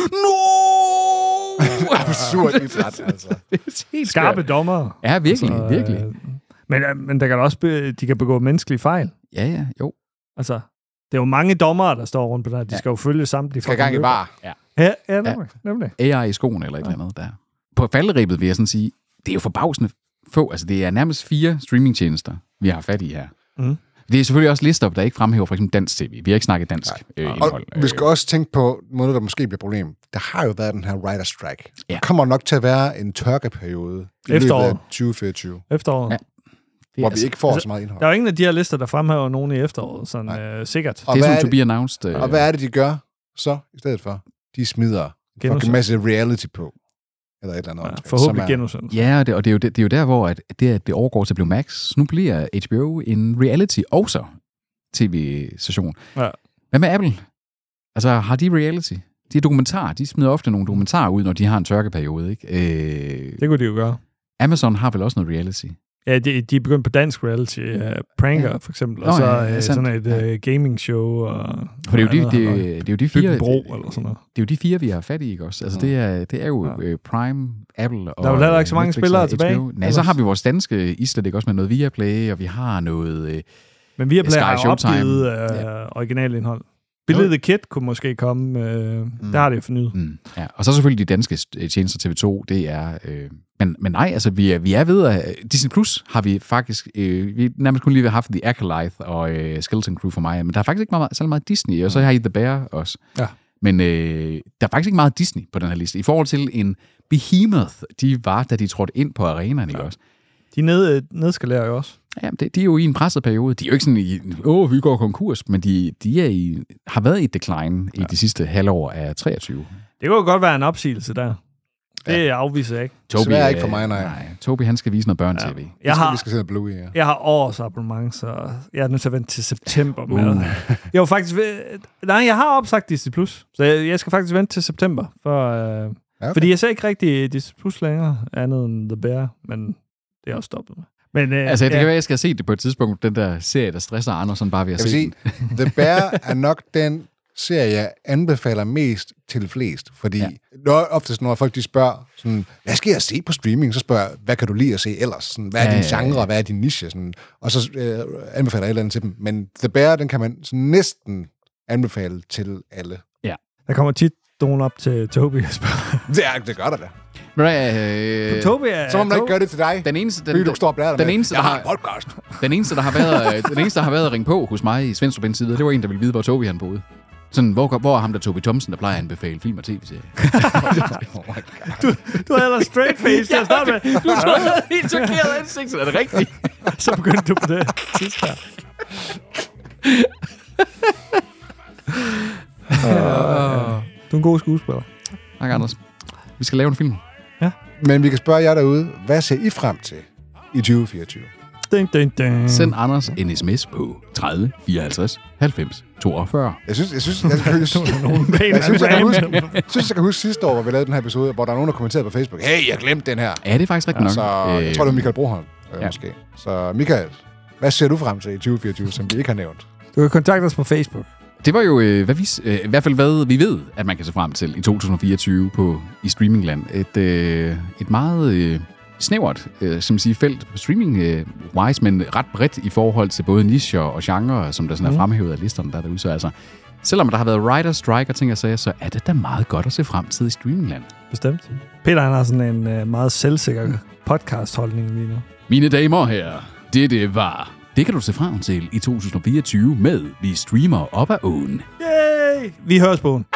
Speaker 1: Absurd idræt, altså.
Speaker 3: Skarpe dommer.
Speaker 2: Ja, virkelig, virkelig.
Speaker 3: Men der kan også de kan begå menneskelige fejl.
Speaker 2: Ja, jo.
Speaker 3: Altså, det er jo mange dommere, der står rundt på der. De skal jo følge samtlige.
Speaker 1: Skal i gang i bar.
Speaker 3: Ja, nemlig.
Speaker 2: AI i skoen eller et eller andet der. På falderibet vil jeg sådan sige, det er jo forbavsende få. Altså, det er nærmest 4 streamingtjenester, vi har fat i her. Mm. Det er selvfølgelig også lister, der ikke fremhæver for eksempel dansk TV. Vi har ikke snakket dansk indhold.
Speaker 1: Og vi skal også tænke på noget, der måske bliver et problem. Der har jo været den her writer strike. Der kommer nok til at være en tørkeperiode i løbet af 2024.
Speaker 3: Efteråret. Ja.
Speaker 1: Hvor vi ikke får så meget indhold.
Speaker 3: Der er jo ingen af de her lister, der fremhæver nogen i efteråret, sådan sikkert.
Speaker 2: Og det er som to be announced.
Speaker 1: Og hvad er det, de gør så i stedet for? De smider en masse reality på. Eller et eller andet.
Speaker 3: Forhåbentlig genudsendelse.
Speaker 2: Ja, og det er jo der, hvor det overgår til at blive Max. Nu bliver HBO en reality også tv-station. Ja. Hvad med Apple? Altså, har de reality? De er dokumentarer. De smider ofte nogle dokumentarer ud, når de har en tørkeperiode, ikke?
Speaker 3: Det kunne de jo gøre.
Speaker 2: Amazon har vel også noget reality?
Speaker 3: Ja, de er begyndt på dansk reality. Pranker, for eksempel. Og så sådan et gaming-show. Og
Speaker 2: for det er jo de 4...
Speaker 3: bro, eller sådan noget.
Speaker 2: Det er jo de 4, vi har fat i, ikke også? Altså, det er jo Prime, Apple og...
Speaker 3: Der er jo heller ikke så mange spillere tilbage.
Speaker 2: Nej, så har vi vores danske islet, ikke også, med noget Viaplay, og vi har noget...
Speaker 3: Men Viaplay har jo opgivet originalindhold. Billedet The Kid kunne måske komme. Der har det jo fornyet.
Speaker 2: Ja. Og så selvfølgelig de danske tjenester TV2, det er... Men nej, altså vi er ved at... Disney Plus har vi faktisk... vi nærmest kun lige haft The Acolyte og Skeleton Crew for mig, men der er faktisk ikke særlig meget Disney, og så har I The Bear også. Ja. Men der er faktisk ikke meget Disney på den her liste. I forhold til en Behemoth, de var, da de trådte ind på arenaen, ikke også?
Speaker 3: De nedskalerer jo også.
Speaker 2: Ja, de er jo i en presset periode. De er jo ikke sådan i, vi går konkurs, men de har været i decline i de sidste halvår af 23.
Speaker 3: Det kunne jo godt være en opsigelse der. Det afviser jeg ikke.
Speaker 1: Toby er ikke for mig, nej.
Speaker 2: Toby, han skal vise noget børn-tv.
Speaker 1: Ja. Vi skal se noget Bluey, ja.
Speaker 3: Jeg har års abonnement, så jeg er nødt til at vente til september med det. Jeg var faktisk jeg har opsagt Disney Plus, så jeg skal faktisk vente til september. Fordi jeg ser ikke rigtig Disney Plus længere, andet end The Bear, men det er også stoppet med. Men,
Speaker 2: altså, det kan være, at jeg skal se det på et tidspunkt, den der serie, der stresser Andersen bare ved at se den.
Speaker 1: The Bear er nok den serie, jeg anbefaler mest til flest, fordi oftest, når folk de spørger, sådan, hvad skal jeg se på streaming, så spørger jeg, hvad kan du lide at se ellers? Sådan, hvad er din genre, hvad er din niche? Sådan, og så anbefaler jeg et eller andet til dem. Men The Bear, den kan man næsten anbefale til alle.
Speaker 3: Ja. Der kommer tit nogen op til Toby og spørger.
Speaker 1: Det gør der da.
Speaker 3: Toby er...
Speaker 1: Så må man ikke gøre det til dig.
Speaker 2: Den eneste, der har været at ringe på hos mig i Svendstrup side, det var en, der ville vide, hvor Toby han boede. Sådan, hvor er ham der Toby Thompson, der plejer at anbefale film og tv-serier?
Speaker 3: Du havde ellers straight face til at starte med.
Speaker 2: Du havde helt chokeret ansigt, så er det rigtigt?
Speaker 3: Så begyndte du på det sidst her. Du er en god skuespiller.
Speaker 2: Tak, Anders. Vi skal lave en film.
Speaker 3: Ja.
Speaker 1: Men vi kan spørge jer derude, hvad ser I frem til i 2024?
Speaker 2: Send Anders en sms på 30 54 90 42.
Speaker 1: Jeg synes, jeg kan huske sidste år, hvor vi lavede den her episode, hvor der er nogen, der kommenterede på Facebook, hey, jeg glemte den her.
Speaker 2: Ja, det er faktisk rigtigt nok.
Speaker 1: Så jeg tror, det var Michael Broholm, måske. Så Michael, hvad ser du frem til i 2024, som vi ikke har nævnt?
Speaker 3: Du kan kontakte os på Facebook.
Speaker 2: Det var jo, i hvert fald hvad vi ved, at man kan se frem til i 2024 i streamingland. Et meget snævert som siger, felt på streaming-wise, men ret bredt i forhold til både nicher og genre, som der sådan er fremhævet af listerne der derude. Så altså, selvom der har været writer strike og ting og sager, så er det da meget godt at se frem til i streamingland.
Speaker 3: Bestemt. Peter, han har sådan en meget selvsikker podcast-holdning lige nu.
Speaker 2: Mine damer og herrer, det var... Det kan du se frem til i 2024 med Vi Streamer Op ad Åen.
Speaker 3: Yay! Vi høres på.